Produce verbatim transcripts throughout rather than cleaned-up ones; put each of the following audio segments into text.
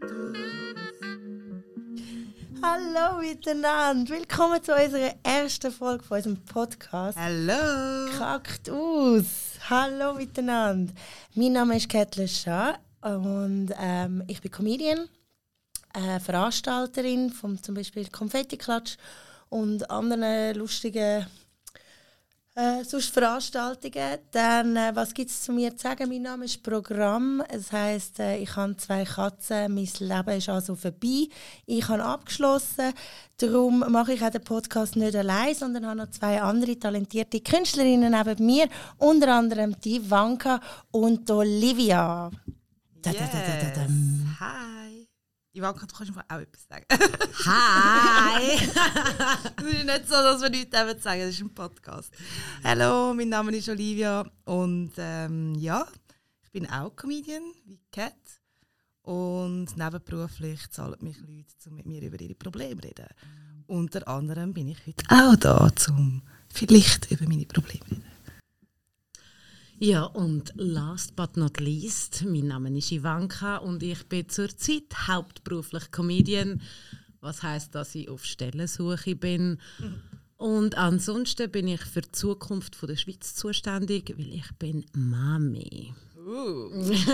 Hallo miteinander, willkommen zu unserer ersten Folge von unserem Podcast. Hallo! Kaktus! Hallo miteinander. Mein Name ist Käthle Schaar und ähm, ich bin Comedian, äh, Veranstalterin von zum Beispiel Konfettiklatsch und anderen lustigen Äh, sonst Veranstaltungen. Dann, äh, was gibt es zu mir zu sagen? Mein Name ist Programm. Das heisst, äh, ich habe zwei Katzen. Mein Leben ist also vorbei. Ich habe abgeschlossen. Darum mache ich auch den Podcast nicht allein, sondern habe noch zwei andere talentierte Künstlerinnen neben mir. Unter anderem die Ivanka und Olivia. Da, da, da, da, da, da. Yes. Hi! Ivanka, du kannst mir auch etwas sagen. Hi! Es ist nicht so, dass wir nichts sagen, das ist ein Podcast. Hallo, mein Name ist Olivia und ähm, ja, ich bin auch Comedian, wie Cat. Und nebenberuflich zahlen mich Leute, um mit mir über ihre Probleme zu reden. Unter anderem bin ich heute auch da, um vielleicht über meine Probleme zu reden. Ja, und last but not least, mein Name ist Ivanka und ich bin zurzeit hauptberuflich Comedian, was heisst, dass ich auf Stellensuche bin. Mhm. Und ansonsten bin ich für die Zukunft von der Schweiz zuständig, weil ich bin Mami. Uh.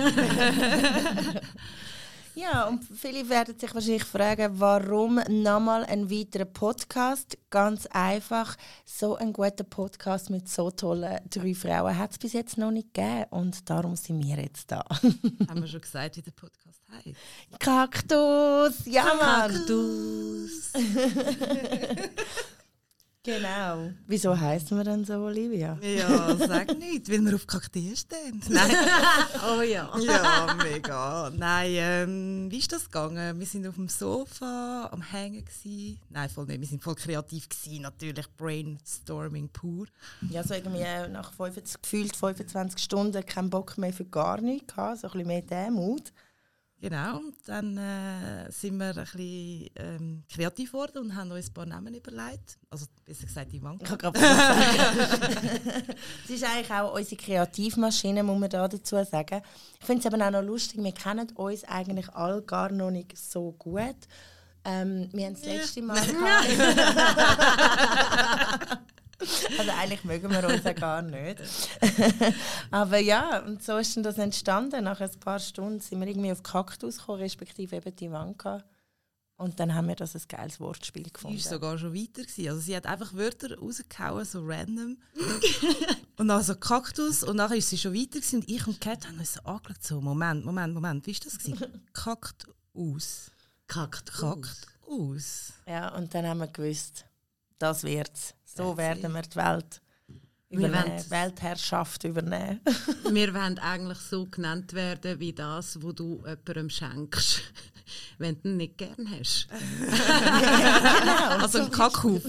Ja, und viele werden sich wahrscheinlich fragen, warum nochmal ein weiterer Podcast? Ganz einfach, so einen guten Podcast mit so tollen drei Frauen hat es bis jetzt noch nicht gegeben. Und darum sind wir jetzt da. Haben wir schon gesagt, wie der Podcast heißt? Kaktus! Ja, Mann! Kaktus! Genau. Wieso heisst wir denn so, Olivia? Ja, sag nicht, weil wir auf Kakteen stehen. Nein. Oh ja. Ja, mega. Nein, ähm, wie ist das gegangen? Wir waren auf dem Sofa am Hängen gewesen. Nein, voll nicht. Wir waren voll kreativ gewesen, natürlich Brainstorming pur. Ja, so irgendwie nach fünfundzwanzig, gefühlt fünfundzwanzig Stunden keinen Bock mehr für gar nichts gehabt, so ein bisschen mehr Demut. Genau, dann äh, sind wir ein bisschen ähm, kreativ geworden und haben uns ein paar Namen überlegt. Also besser gesagt, die Wanka. Ich kann sagen. Es ist eigentlich auch unsere Kreativmaschine, muss man da dazu sagen. Ich finde es aber auch noch lustig, wir kennen uns eigentlich alle gar noch nicht so gut. Ähm, wir haben das letzte Mal... Also eigentlich mögen wir uns ja gar nicht. Aber ja, und so ist dann das entstanden. Nach ein paar Stunden sind wir irgendwie auf Kaktus gekommen, respektive eben die Ivanka. Und dann haben wir das ein geiles Wortspiel gefunden. Sie war sogar schon weiter gewesen. Also sie hat einfach Wörter rausgehauen, so random. Und dann so Kaktus. Und nachher ist sie schon weiter gewesen. Und ich und Kat haben uns so angeschaut. So, Moment, Moment, Moment. Wie war das gewesen? Kaktus. Kaktus. Kaktus. Ja, und dann haben wir gewusst, das wird's. So That's werden wir die Welt Wir übernehmen, wollen- Weltherrschaft übernehmen. Wir wollen eigentlich so genannt werden wie das, was du jemandem schenkst, wenn du ihn nicht gerne hast. Genau. Also ein Kackhaufen.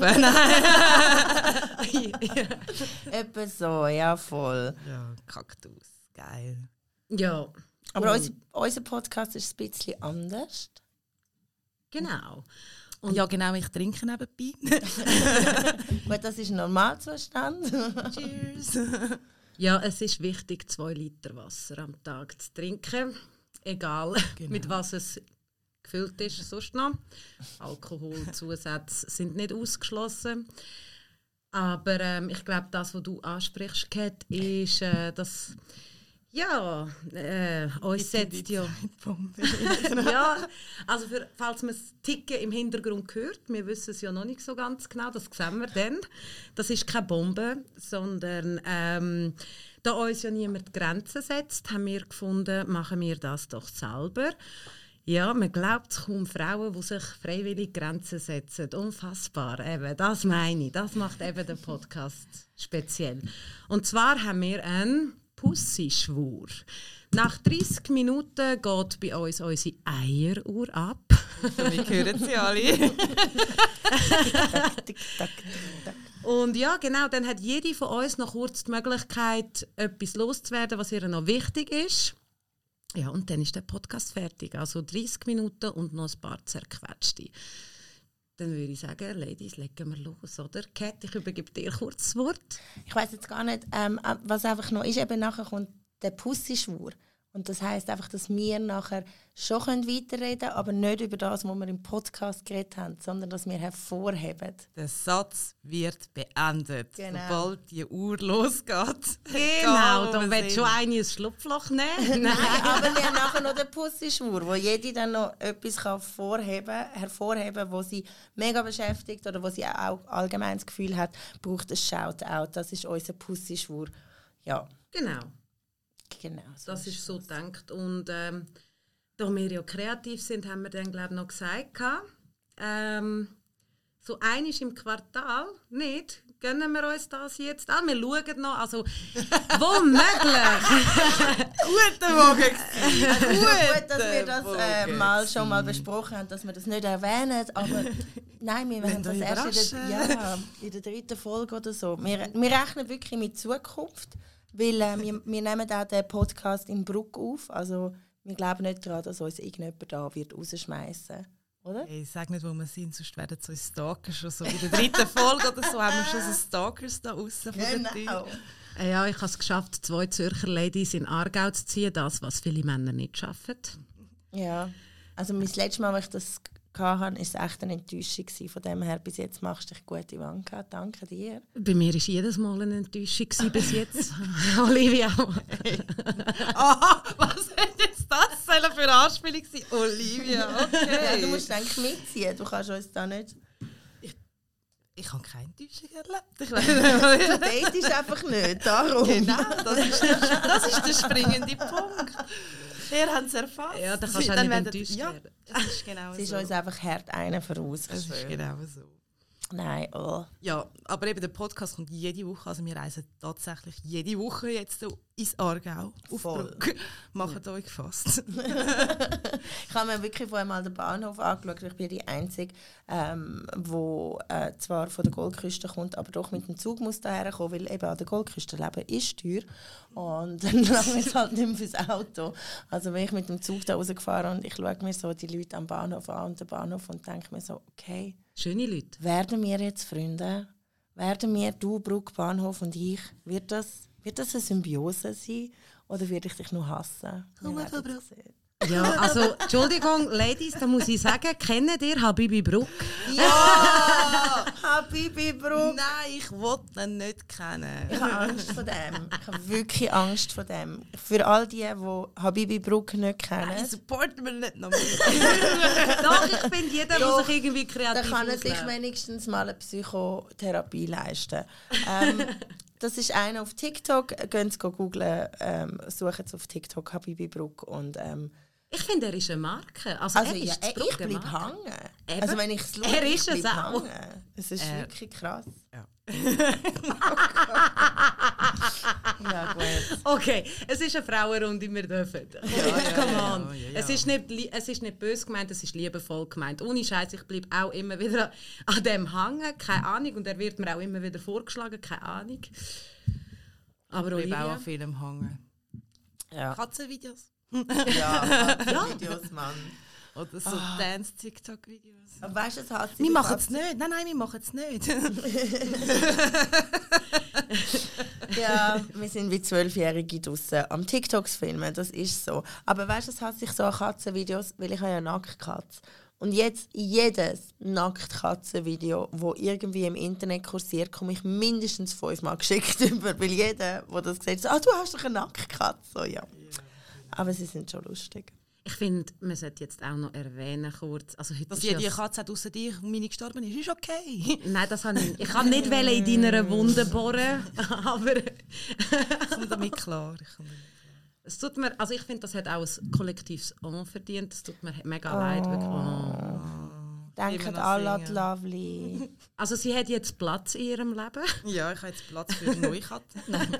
Etwa so, ja voll. Ja, Kaktus. Geil. Ja, Aber und- unser, unser Podcast ist ein bisschen anders. genau. Und ja, genau, ich trinke nebenbei. Gut, das ist ein Normalzustand. Cheers. Ja, es ist wichtig, zwei Liter Wasser am Tag zu trinken. Egal, Genau. mit was es gefüllt ist, sonst noch. Alkoholzusätze sind nicht ausgeschlossen. Aber ähm, ich glaube, das, was du ansprichst, Kat, ist, äh, dass ja, äh, uns setzt ja... ja, also für, falls man das Ticken im Hintergrund hört, wir wissen es ja noch nicht so ganz genau, das sehen wir dann. Das ist keine Bombe, sondern ähm, da uns ja niemand Grenzen setzt, haben wir gefunden, machen wir das doch selber. Ja, man glaubt kaum Frauen, die sich freiwillig Grenzen setzen. Unfassbar, eben, das meine ich. Das macht eben den Podcast speziell. Und zwar haben wir einen Pussy-Schwur. Nach dreissig Minuten geht bei uns unsere Eieruhr ab. So, wir hören sie alle. Und ja, genau, dann hat jede von uns noch kurz die Möglichkeit, etwas loszuwerden, was ihr noch wichtig ist. Ja, und dann ist der Podcast fertig. Also dreissig Minuten und noch ein paar zerquetschte. Dann würde ich sagen, Ladies, legen wir los, oder? Kat, ich übergebe dir kurz das Wort. Ich weiss jetzt gar nicht, ähm, was einfach noch ist. Eben nachher kommt der Pussy-Schwur. Und das heisst einfach, dass wir nachher schon weiterreden können, aber nicht über das, was wir im Podcast geredet haben, sondern dass wir hervorheben. Der Satz wird beendet, Genau. sobald die Uhr losgeht. Genau, da wird schon eine ein Schlupfloch nehmen. Nein, aber wir haben nachher noch den Pussy-Schwur, wo jede dann noch etwas kann vorheben, hervorheben kann, was sie mega beschäftigt oder wo sie auch allgemein das Gefühl hat, braucht ein Shoutout. Das ist unser Pussy-Schwur. Ja, Genau, genau. So das ist so gedacht. Und ähm, da wir ja kreativ sind, haben wir dann glaube ich noch gesagt, ähm, so einmal im Quartal, nicht? Gönnen wir uns das jetzt an? Wir schauen noch, also womöglich. Guten Morgen! Gut, dass wir das äh, mal schon mal besprochen haben, dass wir das nicht erwähnen, aber nein, wir werden das erst in der, ja, in der dritten Folge oder so. Wir, wir rechnen wirklich mit Zukunft, weil äh, wir, wir nehmen auch den Podcast in Bruck auf, also wir glauben nicht daran, dass uns irgendjemand da wird rausschmeißen, oder? Hey, sag nicht, wo wir sind, sonst werden so Stalker schon so in der dritten Folge oder so, haben wir schon so Stalkers da außen von der Tür. Ja, ich habe es geschafft, zwei Zürcher Ladies in Aargau zu ziehen, das, was viele Männer nicht schaffen. Ja, also mein letztes Mal, als ich das hatte, war es echt eine Enttäuschung. Von dem her, bis jetzt machst du dich gute Wangen gehabt. Danke dir. Bei mir war jedes Mal eine Enttäuschung bis jetzt. Olivia. Aha, was hat jetzt das sollen für eine Anspielung sein? Olivia, okay. Ja, du musst eigentlich mitziehen, du kannst uns da nicht... Ich habe keine Enttäuschung erlebt. Ich weiss nicht. Du datest einfach nicht, darum. Genau, das ist, der, das ist der springende Punkt. Wir haben es erfasst. Ja, dann kannst du auch Dann nicht werden- enttäuscht ja, werden. das ist genau Es ist so. uns einfach hart einen voraus. Das ist genau so. Nein, oh. Ja, aber eben der Podcast kommt jede Woche. Also wir reisen tatsächlich jede Woche jetzt so ins Aargau auf Voll. Bruck. Macht euch gefasst. Ich habe mir wirklich vorher mal den Bahnhof angeschaut. Ich bin die Einzige, ähm, die äh, zwar von der Goldküste kommt, aber doch mit dem Zug muss daher kommen, weil eben an der Goldküste leben ist teuer. Und dann lange es halt nicht mehr fürs Auto. Also wenn ich mit dem Zug da rausgefahren und ich schaue mir so die Leute am Bahnhof an und den Bahnhof und denke mir so, okay, Schöne Leute. werden wir jetzt Freunde? Werden wir, du, Bruck, Bahnhof und ich, wird das, wird das eine Symbiose sein oder werde ich dich nur hassen? Wir werden es sehen. Ja, also, Entschuldigung, Ladies, da muss ich sagen, kennt ihr Habibi Bruck? Ja! Habibi Bruck! Nein, ich will ihn nicht kennen. Ich habe Angst vor dem. Ich habe wirklich Angst vor dem. Für all die, die Habibi Bruck nicht kennen, Nein, supporten wir nicht noch mehr. Doch, ich finde, jeder Doch, muss sich irgendwie dann kreativ kann er sich ausleben. wenigstens mal eine Psychotherapie leisten. Ähm, das ist einer auf TikTok. Gehen Sie googlen, ähm, suchen Sie auf TikTok Habibi Bruck und ähm, Ich finde, er ist eine Marke. Also, also, er ist ja, das äh, Bruck ich eine bleibe Marke. hängen. Eben. Also wenn ich es schaue, Er ich ist es bleibe auch. hängen. Es ist Äh. wirklich krass. Ja. Ja, gut. Okay, es ist eine Frauenrunde, wir dürfen. ja, Come ja, on. ja, ja. Es, ist nicht, li- es ist nicht böse gemeint, es ist liebevoll gemeint. Ohne Scheiß, ich bleibe auch immer wieder an dem hängen, keine Ahnung. Und er wird mir auch immer wieder vorgeschlagen, keine Ahnung. Aber Ich bleibe auch Olivia? an Film hängen. Ja, Katzenvideos. ja, Videos, Mann. Oder so Dance-TikTok-Videos. Aber weißt du, es hat Wir machen es nicht. Nein, nein, wir machen es nicht. Ja, wir sind wie Zwölfjährige draussen am TikToks filmen, das ist so. Aber weißt du, es hat sich so an Katzenvideos, weil ich habe ja eine Nacktkatze. Und jetzt jedes Nacktkatzenvideo, das irgendwie im Internet kursiert, komme ich mindestens fünfmal geschickt über. Weil jeder, der das sieht, so, ah, du hast doch eine Nacktkatze. So, ja. Aber sie sind schon lustig. Ich finde, man sollte jetzt auch noch erwähnen kurz. Also heute Dass ist jede ja Katze hat außer dir und meine gestorben ist, ist okay. Nein, das habe ich nicht. Ich kann nicht in deiner Wunde bohren, aber Ich komme damit klar. Ich komme damit es tut mir, also ich finde, das hat auch ein kollektives On verdient. Es tut mir mega leid. Wirklich. Oh. Denkt noch alle an die singen. Lovely. Also sie hat jetzt Platz in ihrem Leben. klar. Ja, ich habe jetzt Platz für eine neue Katze.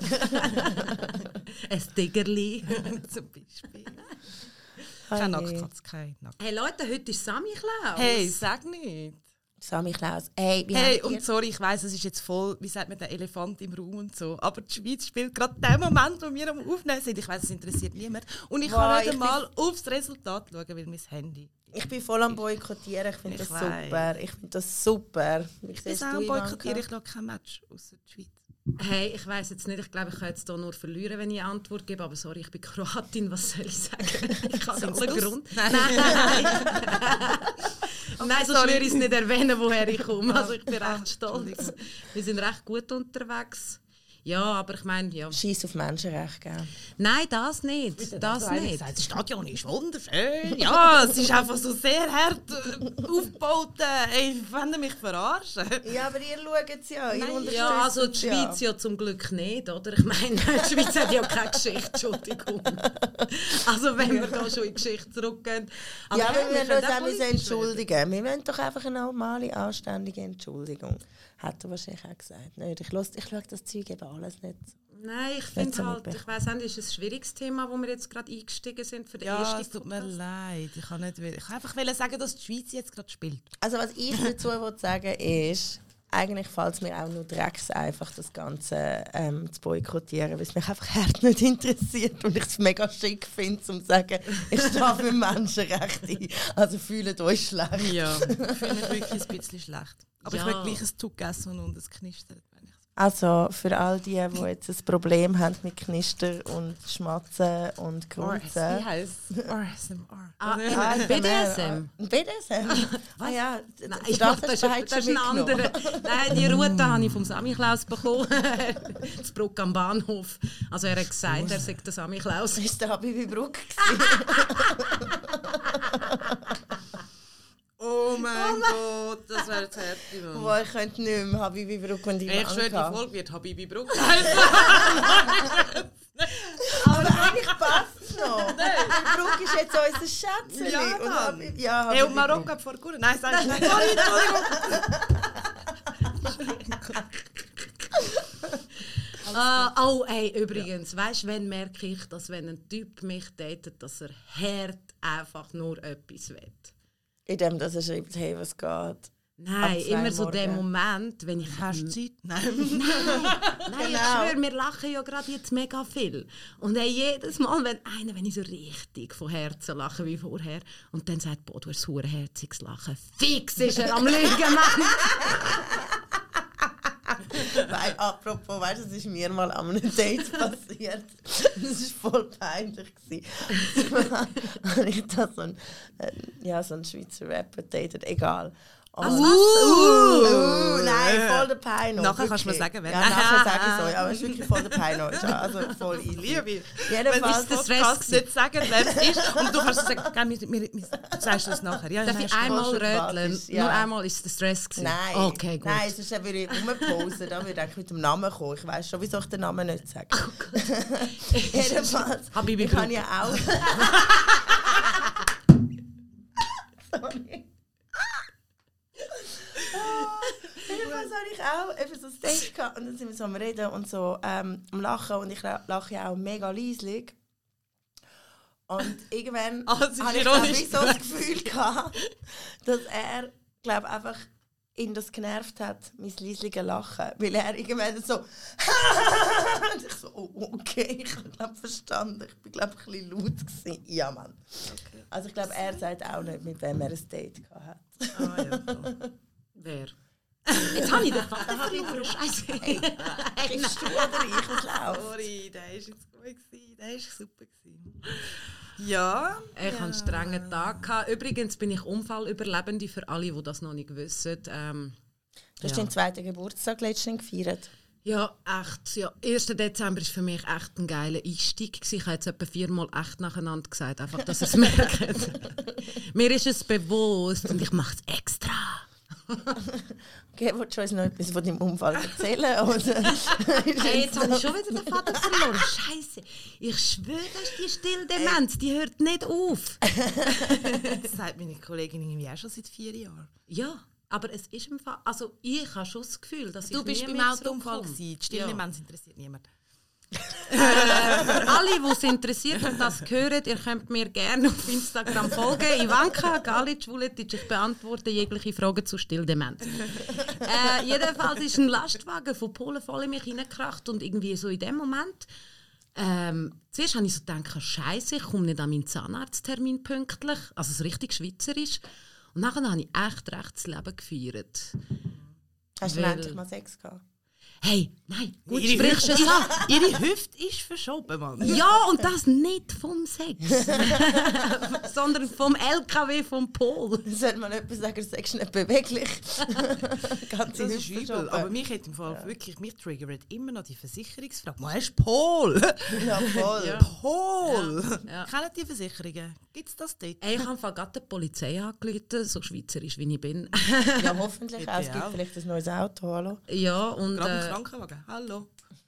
Ein Tiggerli. Zum Beispiel. Keine Nacktkatze, keine Nacktkatze. Hey Leute, heute ist Samichlaus. Hey, sag nicht. Sammy Klaus. Hey, wie Hey, habt ihr- und sorry, ich weiss, es ist jetzt voll, wie sagt man, der Elefant im Raum und so. Aber die Schweiz spielt gerade den Moment, wo wir am Aufnehmen sind. Ich weiss, es interessiert niemand. Und ich Wow, kann ich nicht einmal aufs Resultat schauen, weil mein Handy. Ich bin voll am Boykottieren. Ich finde Ich das weiss. super. Ich finde das super. Wie Ich bin siehst auch du, am Ivanka? boykottieren, ich schaue kein Match, außer die Schweiz. Hey, ich weiss jetzt nicht, ich glaube, ich kann jetzt hier nur verlieren, wenn ich eine Antwort gebe, aber sorry, ich bin Kroatin, was soll ich sagen? Ich habe so einen Grund. Nein, nein. Nein, sonst würde ich es nicht erwähnen, woher ich komme. Also ich bin recht stolz. Wir sind recht gut unterwegs. Ja, aber ich meine, ja. Scheiß auf Menschenrechte, gell? Nein, das nicht. Das nicht. Das Stadion ist wunderschön. Ja, es ist einfach so sehr hart aufgebaut. Ey, wenn ihr mich verarschen. Ja, aber ihr schaut es ja. Ihr Nein, ja, also die Schweiz ja. ja zum Glück nicht, oder? Ich meine, die Schweiz hat ja keine Geschichte, Entschuldigung. Also wenn wir da schon in die Geschichte zurückgehen. Aber ja, aber wir müssen uns auch entschuldigen. Wir wollen doch einfach eine normale, anständige Entschuldigung. Hat er wahrscheinlich auch gesagt. Nicht. Ich, los, ich schaue das Zeug eben alles nicht. Nein, ich finde so halt, ich weiss nicht, ist ein schwieriges Thema, wo wir jetzt gerade eingestiegen sind für den ja, ersten es tut mir leid. Ich kann nicht, ich kann einfach sagen, dass die Schweiz jetzt gerade spielt. Also was ich dazu sagen will, ist, eigentlich fällt es mir auch nur drecks einfach, das Ganze ähm, zu boykottieren, weil es mich einfach hart nicht interessiert und ich es mega schick finde, um zu sagen, ich stehe für Menschenrechte. Also fühlt euch schlecht. Ja, ich fühle mich wirklich ein bisschen schlecht. Aber ja. Ich will gleich ein Zug essen und es knistert. Also für all die, die jetzt ein Problem haben mit Knister und Schmatzen und Grunzen. Wie heisst es? R S M R. Ah, ah, B D S M? B D S M? Ah ja, nein, ich dachte, das, das, ist, das ist ein anderer. Nein, die Route habe ich vom Sammy Klaus bekommen. Das Bruck am Bahnhof. Also er hat gesagt, er sagt der Sammy Klaus. Ist der Habibi Bruck? Oh mein oh Gott, das wäre jetzt heftig. Boah, ich könnte nicht mehr Habibi Bruck und die Ich schwöre, die Folge wird Habibi Bruck. Aber eigentlich passt es noch. Habibi Bruck ist jetzt unser Schätzchen. Ja, und Habibi, ja, hey, und Marokko hat vor Kuren. Nein, sag nicht. Sorry, Entschuldigung. Uh, oh, ey, übrigens, ja. Weißt du, wann merke ich, dass wenn ein Typ mich datet, dass er hart einfach nur etwas will? In dem, dass er schreibt, hey, was geht? Nein, immer so der Moment, wenn ich... Hast du Zeit? Nein. Nein, Nein genau. Ich schwöre, wir lachen ja gerade jetzt mega viel. Und hey, jedes Mal, wenn einer, wenn ich so richtig von Herzen lache wie vorher, und dann sagt, boah, du hast ein herziges Lachen. Fix ist er am Lügen, Mann! Weil, apropos, weißt du, das ist mir mal an einem Date passiert. Das war voll peinlich. Und ich da so ein, ja, so ein Schweizer Rapper datet, egal. Und uh, uh, uh, nein, voll der Peino. Nachher kannst du mir sagen, wenn. Ja, nachher sage ich so. Aber es ist wirklich voll der Peino. Also voll easy. Liebe. Jedenfalls wenn ich das nicht sagen, wer es ist. Und du kannst sagen, wir, wir, wir, wir, sagst du das nachher. Ja, darf ich einmal röteln? Ja. Nur einmal ist es der Stress gewesen? Nein. Okay, gut. Nein, sonst würde ich rumposen. Da würde ich mit dem Namen kommen. Ich weiss schon, wieso ich den Namen nicht sage. Oh Gott. Jedenfalls. Habibi ich kann ja auch... Sorry. Jedenfalls hatte ich auch eben so ein Date gehabt und dann sind wir so am Reden und so ähm, am Lachen und ich lache ja auch mega leislich. Und irgendwann oh, hatte ich glaub, so das Gefühl gehabt, dass er glaub, einfach ihn das genervt hat, mein leisliches Lachen. Weil er irgendwann so und ich so, oh, okay, ich habe glaub, verstanden. Ich war glaube ein bisschen laut gewesen. Ja, Mann. Okay. Also ich glaube, er sagt auch nicht, mit wem er ein Date gehabt hat. Ah, ja, cool. Wer? Jetzt habe ich den Vater verloren. Scheiße. Hey, kriegst du oder ich was läuft? Sorry, der war jetzt gut gewesen. Der war super gewesen. Ja. Ich ja. hatte einen strengen Tag. Übrigens bin ich Unfallüberlebende für alle, die das noch nicht wissen. Ähm, du hast ja. deinen zweiten Geburtstag letztens gefeiert. Ja, echt. Ja. erster Dezember war für mich echt ein geiler Einstieg. Ich habe jetzt etwa viermal echt nacheinander gesagt, einfach, dass ihr es merkt. Mir ist es bewusst und ich mache es extra. Okay, willst du uns noch etwas von deinem Unfall erzählen? Oder? Hey, jetzt habe ich schon wieder den Vater verloren. Scheiße. Ich schwöre, das ist die Stilldemenz, die hört nicht auf. Das sagt meine Kollegin irgendwie auch schon seit vier Jahren. Ja, aber es ist im Fall... Also ich habe schon das Gefühl, dass du ich bist beim Autounfall gewesen. Die Stilldemenz ja. interessiert niemand. äh, für alle, die es interessiert und das hören, ihr könnt mir gerne auf Instagram folgen. Ivanka Galic Vuletic, ich beantworte jegliche Fragen zu Stilldemenz. äh, jedenfalls ist ein Lastwagen von Polen voll in mich reingekracht und irgendwie so in dem Moment ähm, zuerst habe ich so gedacht, Scheiße, ich komme nicht an meinen Zahnarzttermin pünktlich, also so richtig schweizerisch. Und nachher habe ich echt recht das Leben gefeiert. Hast du endlich mal Sex gehabt? Hey, nein, gut Ihre sprichst du es Hüfte- an. Ihre Hüfte ist verschoben, Mann. Ja, und das nicht vom Sex, sondern vom L K W vom Pol. Sollte man jemand sagen, du sagst nicht beweglich. Ganz Das ist übel. Aber mich hat im Fall ja. wirklich, mich triggert immer noch die Versicherungsfrage. Wo ist Pol? Ja, voll. Ja. Pol! Ja. Ja. Kennen die Versicherungen? Gibt es das dort? Ey, ich habe gerade die Polizei angerufen, so schweizerisch wie ich bin. Ja, hoffentlich auch. Es gibt auch. vielleicht ein neues Auto, hallo? Ja, und... Gerade Äh, im Krankenwagen. Hallo.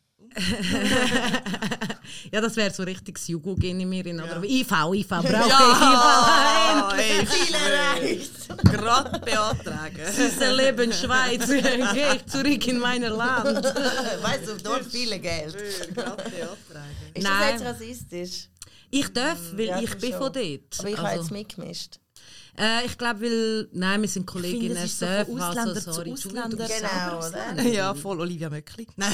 ja, das wäre so richtig das Jugo-Gen in mir. Oder Ja. I V, I V, brauche ich Ja, I V. ey, Ziel erreicht! gerade beantragen. Süße Leben, Schweiz, gehe ich zurück in mein Land. Weißt du, dort viel Geld. Gerade beantragen. Ist Nein. das jetzt rassistisch? Ich darf, weil Ja, ich du bin schon. von dort. Aber ich habe Also, jetzt mitgemischt. äh, ich glaube, weil... Nein, wir sind Kolleginnen. Ich finde, es ist so Surf, von also, Ausländer zu sorry, Ausländer. du bist Genau, selber oder? Ausländer. Ja, voll Olivia Möckli. Nein.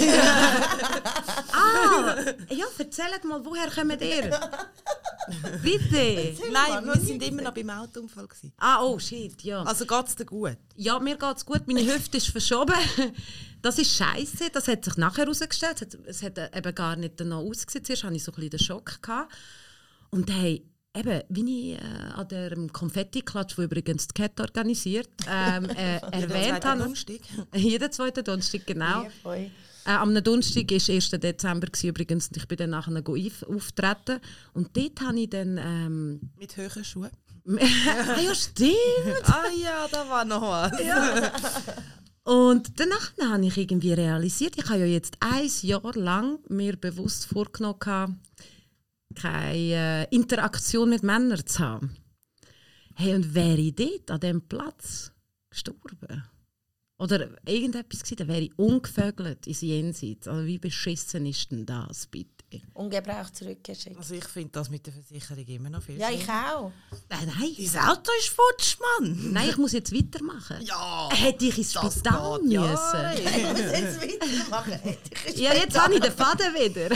Ah, ja, erzählt mal, woher kommt ihr? Bitte. Nein, noch wir nie sind immer noch beim Autounfall gewesen. Ah, oh shit, ja. Also geht's dir gut? Ja, mir geht's gut. Meine Hüfte ist verschoben. Das ist scheiße. Das hat sich nachher herausgestellt. Es hat, es hat äh, eben gar nicht danach ausgesehen. Zuerst hatte ich so ein bisschen den Schock gehabt. Und hey, eben, wie ich äh, an dem Konfetti-Klatsch, der übrigens die Cat organisiert, ähm, äh, erwähnt habe. Donnerstag. Jeden zweiten Donnerstag, genau. Lieb euch. Äh, am Donnerstag war erster Dezember gewesen, übrigens. Und ich bin dann nachher go auf- auftreten. Und dort habe ich dann... Ähm, Mit hohen Schuhen. ah ja, stimmt! Ah ja, da war noch was. Und danach habe ich irgendwie realisiert, ich habe ja jetzt ein Jahr lang mir bewusst vorgenommen, gehabt, keine äh, Interaktion mit Männern zu haben. Hey, und wäre ich dort an diesem Platz gestorben? Oder irgendetwas gewesen, dann wäre ich ungevögelt ins Jenseits. Also wie beschissen ist denn das, bitte? Ungebraucht zurückgeschickt. Also ich finde das mit der Versicherung immer noch viel Ja, ich schlimmer. auch. Nein, nein. Dein Auto ist futsch, Mann! Nein, ich muss jetzt weitermachen. Ja! Hätte ich ins das Spital geht, ja, müssen? ey. Ich muss jetzt weitermachen. Ich Ja, jetzt habe ich den Faden wieder.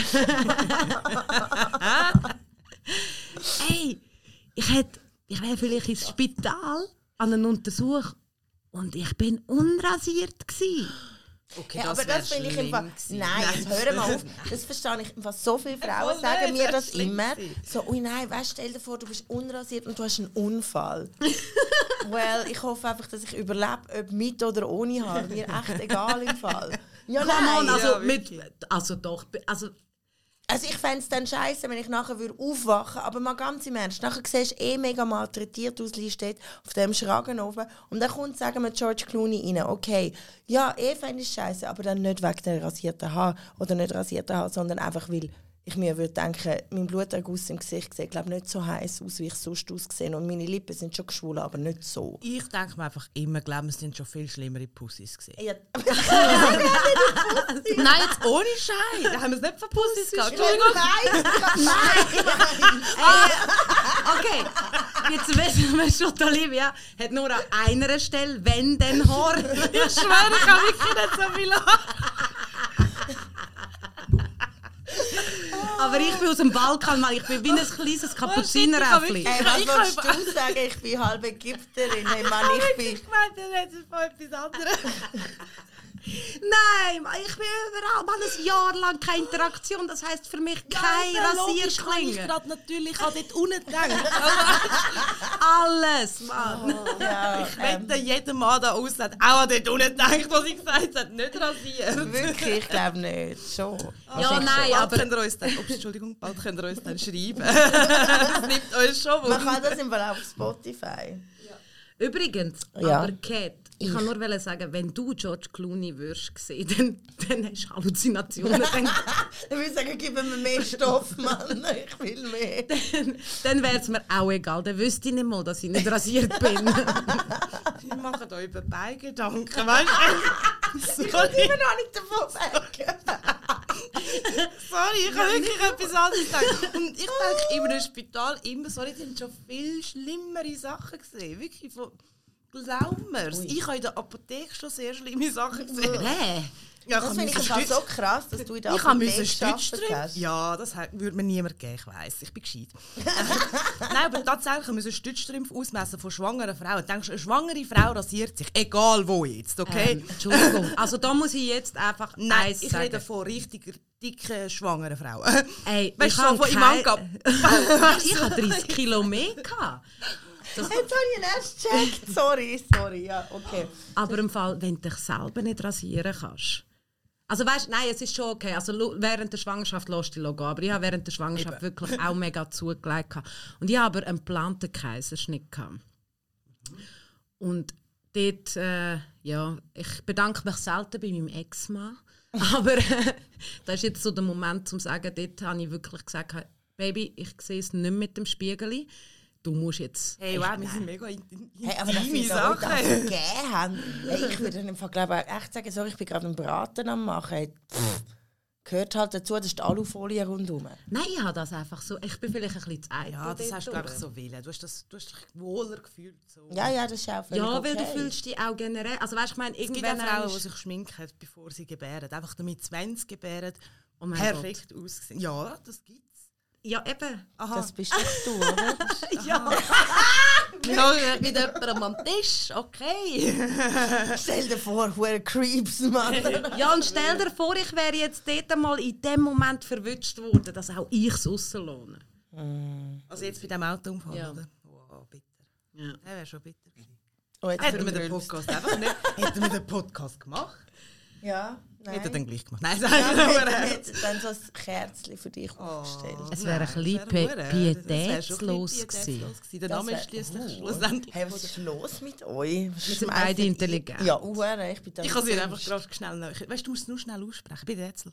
Ey, ich, hätte, ich wäre vielleicht ins Spital an einen Untersuch und ich bin unrasiert gsi. Okay, Ja, das aber das wär finde ich im Fall. schlimm Nein, gewesen. jetzt hör mal auf. Das verstehe ich. Was so viele Frauen voll sagen nicht, mir das das ist schlimm immer. gewesen. So, ui nein, weißt, stell dir vor, du bist unrasiert und du hast einen Unfall. Well, ich hoffe einfach, dass ich überlebe, ob mit oder ohne Haar. Mir echt egal im Fall. Ja, Come on, nein. also, Ja, mit, wirklich. also doch, also Also ich fände es dann scheiße, wenn ich nachher würde aufwachen, aber mal ganz im Ernst, nachher siehst du eh mega malträtiert aus, liegst dort auf dem Schragen oben und dann kommt, sagen wir, George Clooney rein, okay, ja, eh fände ich scheiße, aber dann nicht wegen der rasierten Haar oder nicht rasierten Haar, sondern einfach, weil ich mir würde denken, mein Bluterguss im Gesicht sieht, glaube nicht so heiß aus, wie ich sonst aussehe und meine Lippen sind schon geschwollen, aber nicht so. Ich denke mir einfach immer, glauben, es sind schon viel schlimmere Pussys gesehen. Ja, Nein, jetzt ohne Scheiß. Da haben wir es nicht von Pussys gehabt. Entschuldigung, nein, okay, jetzt wissen wir schon, die Olivia hat nur an einer Stelle, wenn dann Haar. Ich schwöre, ich habe wirklich nicht so viel Haar. Aber ich bin aus dem Balkan, weil ich bin wie ein kleines Kapuzineräffli. Hey, was Ich willst habe- du sagen? Ich bin halb Ägypterin. Hey Mann, ich bin... Ich meinte, das ist von etwas anderes. Nein, Mann, ich bin überall. Man, ein Jahr lang keine Interaktion. Das heisst für mich keine Ich Rasierklinge. gerade natürlich an dort unten gedacht. Alles, Mann. Ja, Ich wette, jeder Mann da außen hat auch an dort unten gedacht, was ich gesagt habe, nicht rasiert. Wirklich, ich glaube nicht. Schon. Ja, Also, nein, Bald aber könnt ihr uns dann, ups, Entschuldigung, bald könnt ihr uns dann schreiben. Das nimmt uns schon Man kann Wunder. das im Fall auf Spotify. übrigens, Ja. aber Kat, ich kann nur sagen, wenn du George Clooney würdest sehen, dann, dann hast du Halluzinationen. dann Ich würde sagen, gib mir mehr Stoff, Mann. Ich will mehr. dann wäre es mir auch egal. Dann wüsste ich nicht mal, dass ich nicht rasiert bin. Wir machen da über beide Gedanken, weißt du? Ich kann Sorry, immer noch nicht davon sagen. sorry, ich habe wirklich etwas anderes gedacht. Und ich denke, in einem Spital immer, sorry, die haben schon viel schlimmere Sachen gesehen. Wirklich von Glaub mir's. Ich habe in der Apotheke schon sehr schlimme Sachen gesehen. Hä? Ja, Das finde ich Stütz- so krass, dass du in der Ich habe Apotheke Stützstrümpfe. hast. Ja, das hat, würde mir niemand geben, ich weiss. Ich bin gescheit. Nein, aber tatsächlich müssen Stützstrümpfe ausmessen von schwangeren Frauen. Du denkst, eine schwangere Frau rasiert sich, egal wo jetzt, okay? Ähm, Entschuldigung, also da muss ich jetzt einfach Nein, eins ich sagen. rede von richtig dicken, schwangeren Frauen. Ey, Weißt ich du, so habe von im kein- Manga. Ich habe dreißig Kilo mehr gehabt. Das, Jetzt habe ich ihn erst gecheckt. Sorry, sorry, ja, okay. aber im Fall, wenn du dich selber nicht rasieren kannst. Also weißt, nein, es ist schon okay. Also lo- während der Schwangerschaft lässt du dich aber ich habe während der Schwangerschaft Eben. wirklich auch mega zugelegt gehabt. Und ich habe aber einen geplanten Kaiserschnitt gehabt. Und dort, äh, ja, ich bedanke mich selten bei meinem Ex-Mann. Aber äh, das ist jetzt so der Moment, um zu sagen, dort habe ich wirklich gesagt, Baby, ich sehe es nicht mit dem Spiegel. Du musst jetzt... Hey, wow, wir sind mega in, in, in Hey, aber dass intime sie da heute Sachen. gegeben haben. Hey, ich würde im Fall glaube ich, echt sagen, sorry, ich bin gerade einen Braten am machen. Hey, pff, gehört halt dazu, das ist die Alufolie rundherum. Nein, ich habe das einfach so... Ich bin vielleicht ein bisschen zu eitel. Ja, das dort hast du, glaube ich, durch. so willen. Du hast, das, du hast dich wohler gefühlt. So. Ja, ja, das ist auch völlig Ja, okay. weil du fühlst dich auch generell... Also weißt, ich meine, Es gibt auch irgendwann... Frauen, die ist- sich schminken, bevor sie gebären. Einfach damit zwanzig gebären, Oh mein perfekt aussehen. Ja, das gibt's. Ja, eben. Aha. Das bist doch du, oder? Ja. Ja, mit jemandem am Tisch, okay. Stell dir vor, hure Creeps, Mann. Ja, und stell dir vor, ich wäre jetzt dort mal in dem Moment verwünscht worden, dass auch ich es rauslohne. Also jetzt bei diesem Autounfall, Ja. oder? Wow, bitter. Ja. Der wäre schon bitter gewesen. Oh, jetzt Hätten wir den verwirrst. Podcast einfach nicht... Hätten wir den Podcast gemacht? Ja, nein. Hätten wir den gleich gemacht? Nein, Ja, sag wir ich hätten nur. jetzt dann so ein Kerzchen für dich aufgestellt. Es wäre ein bisschen Nein, pi- das wäre schon pietätslos ein bisschen gewesen. pietätslos gewesen. Der Das Name wär- ist schliesslich Oh. schlussendlich... Hey, was ist los mit euch? Wir sind beide intelligent. Ja, uhr, ich bin da Ich kann sie nicht einfach gerade schnell... neu- Weißt du, du musst es nur schnell aussprechen. Bei Rätsel.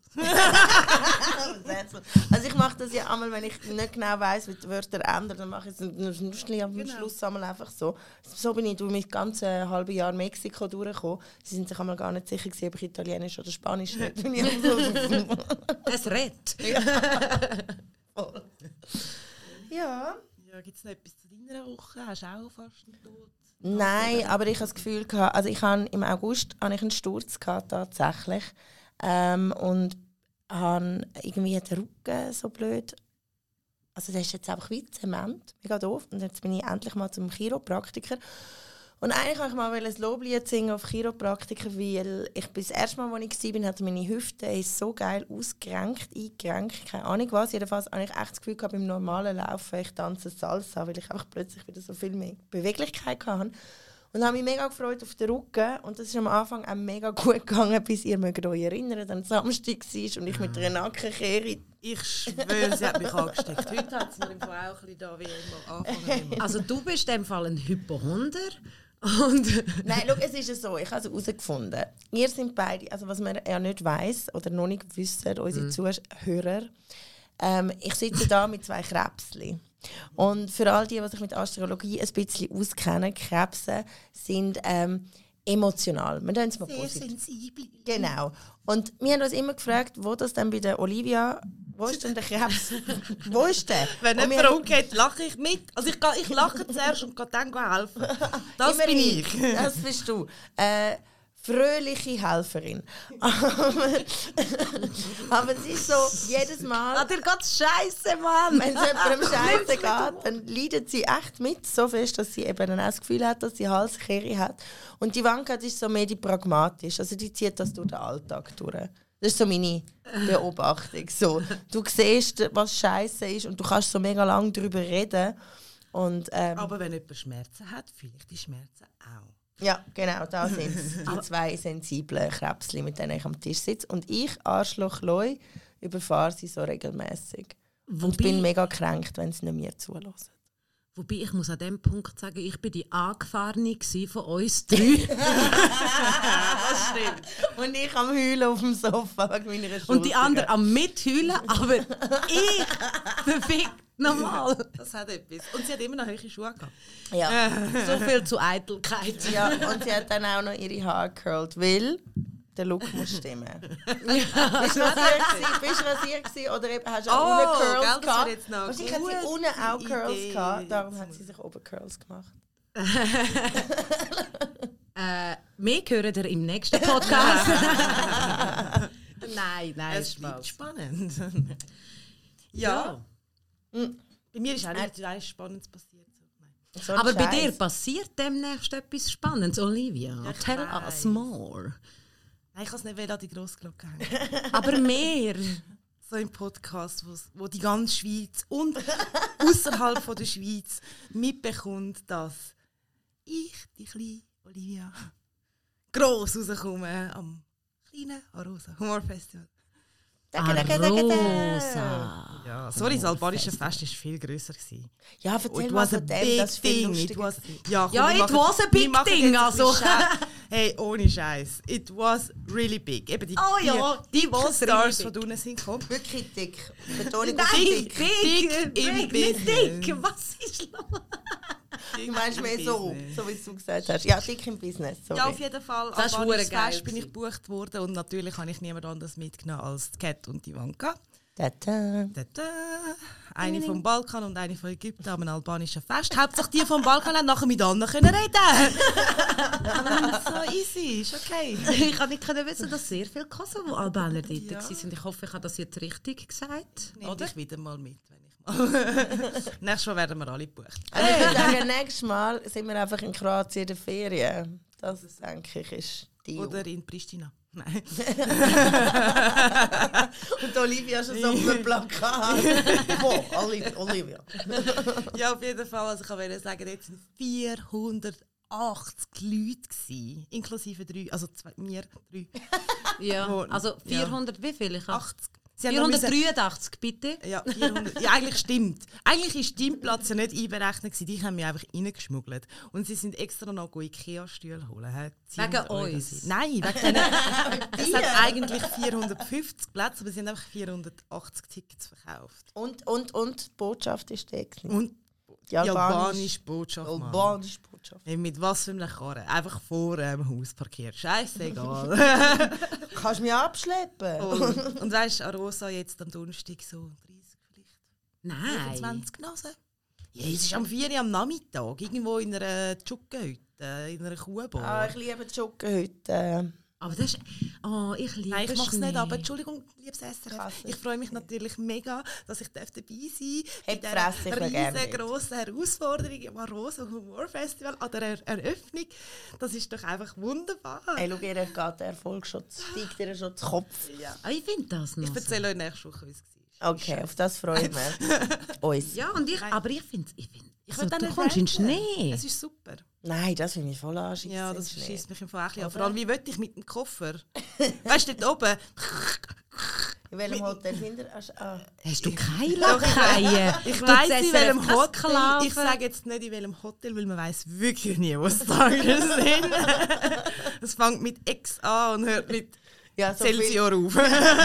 Also ich mache das ja einmal, wenn ich nicht genau weiss, wie die Wörter ändern, dann mache ich es nur schnell am Genau. Schluss einmal einfach so. So bin ich durch mein ganzes halbes Jahr Mexiko durchgekommen. Sie sind sich einmal gar nicht sicher gewesen, ob ich Italienisch oder Spanisch rede. Bin ich einfach so- Es redet. Voll. Ja. Ja, gibt es noch etwas zu deiner Woche? Hast du auch fast einen Tod? Nein, aber ich habe das Gefühl gehabt, also ich habe im August habe ich einen Sturz gehabt, tatsächlich, ähm, und habe irgendwie den Rücken so blöd, also das ist jetzt einfach wie Zement, mega doof, und jetzt bin ich endlich mal zum Chiropraktiker. Und eigentlich wollte ich mal ein Loblied singen auf Chiropraktiker, weil ich bis das erste Mal, als ich war, hatte meine Hüfte ist so geil ausgerenkt, eingerenkt, keine Ahnung was. Jedenfalls habe ich echt das Gefühl gehabt, beim normalen Laufen, ich tanze Salsa, weil ich einfach plötzlich wieder so viel mehr Beweglichkeit hatte. Und habe mich mega gefreut auf den Rücken. Und das ist am Anfang auch mega gut gegangen, bis ihr mögt euch erinnern, dann Samstag war und ich mit einer Nackenkehre. Ich schwöre, sie hat mich angesteckt. Heute hat sie mir im Fall auch ein bisschen da wie immer angefangen. Immer. Also du bist in dem Fall ein Hypochonder. Und Nein, schau, es ist ja so, ich habe es herausgefunden. Ihr sind beide, also was man ja nicht weiss oder noch nicht wissen, unsere Zuhörer, ähm, ich sitze da mit zwei Krebschen. Und für all die, die sich mit Astrologie ein bisschen auskennen, Krebse sind ähm, emotional. Wir nennen es mal Sehr positiv. sensibel. Genau. Und wir haben uns immer gefragt, wo das dann bei der Olivia, wo ist denn der Krebs? Wo ist der? Wenn Und wir- jemand umgeht, lache ich mit. Also ich, gehe- ich lache zuerst und gehe dann helfen. Das bin Immerhin, ich. Das bist du. Äh, fröhliche Helferin. Aber es ist so, jedes Mal, ah, dir geht's scheisse, Mann! wenn es jemandem scheiße geht, dann leidet sie echt mit, so fest, dass sie eben dann auch das Gefühl hat, dass sie Halskehre hat. Und die Wanke ist so mehr die pragmatisch, also die zieht das durch den Alltag durch. Das ist so meine Beobachtung. So, du siehst, was scheiße ist und du kannst so mega lange darüber reden. Und, ähm, Aber wenn jemand Schmerzen hat, fühle ich die Schmerzen auch. ja, genau, da sind die zwei sensiblen Krebsli, mit denen ich am Tisch sitze. Und ich, Arschloch Loi, überfahre sie so regelmäßig. Und bin mega gekränkt, wenn sie nicht mir zulassen. Wobei, ich muss an dem Punkt sagen, ich bin die Angefahrene gsi von uns drei. Das stimmt. Und ich am Heulen auf dem Sofa wegen meiner Schulter. Und die anderen am Mitheulen, aber ich verfickt nochmal. Das hat etwas. Und sie hat immer noch hohe Schuhe gehabt. Ja. So viel zu Eitelkeit. Ja, und sie hat dann auch noch ihre Haare curlt, weil der Look muss stimmen. Bist du rasiert gewesen? Bist du rasiert gewesen? Oder eben hast du auch Oh, unten Curls gell, das gehabt? wäre jetzt noch Wahrscheinlich hat sie gute unten auch Curls Idee. gehabt, darum hat sie sich oben Curls gemacht. Mehr hören ihr im nächsten Podcast. nein, nein, es bleibt spannend. ja. ja. Bei mir ist auch nicht etwas Spannendes passiert. So Aber Scheiß. Bei dir passiert demnächst etwas Spannendes, Olivia. Ja, Tell us more. Nein, ich kann es nicht an die Grossglocke hängen. Aber mehr. So ein Podcast, wo die ganze Schweiz und außerhalb der Schweiz mitbekommt, dass ich, die kleine Olivia, gross rauskomme am kleinen Arosa Humor Festival. Arosa. Ja, sorry, das albanische Fest war viel grösser. Ja, erzähl mal von dem, das viel lustiger. Ja, ja, it was a big thing. Also. Hey, ohne Scheiß. It was really big. Eben die, oh ja, die, die Stars, die unten sind gekommen. Wirklich dick. Betonung auf dick. Dick, dick, im big, dick. Was ist los? Du meinst mehr so, so wie du gesagt hast. Ja, dick im Business. Sorry. Ja, auf jeden Fall. Das ist albanisches geil. Fest bin ich gebucht worden und natürlich habe ich niemand anderes mitgenommen als Cat und Ivanka. Tata. Tata. Eine vom Balkan und eine von Ägypten am albanischen Fest. Hauptsächlich die vom Balkan haben nachher mit anderen können reden. So easy, ist okay. Ich habe nicht wissen, dass sehr viele Kosovo-Albaner dort ja. waren. Ich hoffe, ich habe das jetzt richtig gesagt. Nimm dich wieder mal mit, wenn ich mal. Nächstes Mal werden wir alle gebucht. Also ich würde sagen, nächstes Mal sind wir einfach in Kroatien in der Ferien. Das denke ich ist die. Oder in Pristina. Nein. Und Olivia schon so auf dem Plakat. Wo? Olivia. Ja, auf jeden Fall. Also ich wollte sagen, jetzt waren vierhundertachtzig Leute gewesen, inklusive drei, also zwei, mir drei. Ja, wo, also vierhundert, ja. Wie viel? Ich achtzig. vierhundertdreiundachtzig, bitte. Ja, vierhundert. Ja, eigentlich stimmt. Eigentlich war dein Platz ja nicht einberechnet. Die haben mich einfach reingeschmuggelt. Und sie sind extra noch Ikea-Stühle holen. Wegen uns? Sind. Nein, wegen denen. Es hat eigentlich vierhundertfünfzig Plätze, aber sie haben einfach vierhundertachtzig Tickets verkauft. Und, und, und die Botschaft ist da. Und die albanische Botschaft. Albanische Botschaft. Hey, mit was für einem Karren? Einfach vor dem ähm, Haus parkiert. Scheißegal. Kannst du mich abschleppen? Und, und weißt du, Arosa jetzt am Donnerstag so dreißig vielleicht? Nein. fünfundzwanzig Nasen? Ja, es ist am vier Uhr am Nachmittag, irgendwo in einer Tschuckenhütte, in einer Kuhbar. Ah, ich liebe Tschuckenhütte. Aber das ist... Oh, ich liebe Nein, ich mache es nicht, aber Entschuldigung, liebes S R F. Krass. Ich freue mich natürlich mega, dass ich dabei sein darf. Bei dieser riesengroßen Herausforderung im Arosa Humor Festival an der er Eröffnung. Das ist doch einfach wunderbar. Hey, schau, ihr geht der Erfolg schon, steigt ihr schon zu Kopf. Ja. Oh, ich finde das noch Ich erzähle euch nächste Woche, wie es war. Okay, auf das freue ich mich. Uns. Ja, und ich, aber ich finde ich find, ich also, du kommst in den Schnee. Es ist super. Nein, das finde ich voll anschießend. Ja, das schießt mich im Fall an. Vor allem, wie will ich mit dem Koffer? Weißt du, dort oben? In welchem Hotel sind wir? Ah. Hast du keine Lakaien? Ich weiss, in welchem Hotel. Ich sage jetzt nicht, in welchem Hotel, weil man weiss wirklich nie, wo die Tage sind. Es fängt mit X an und hört mit ja, so Celsius auf.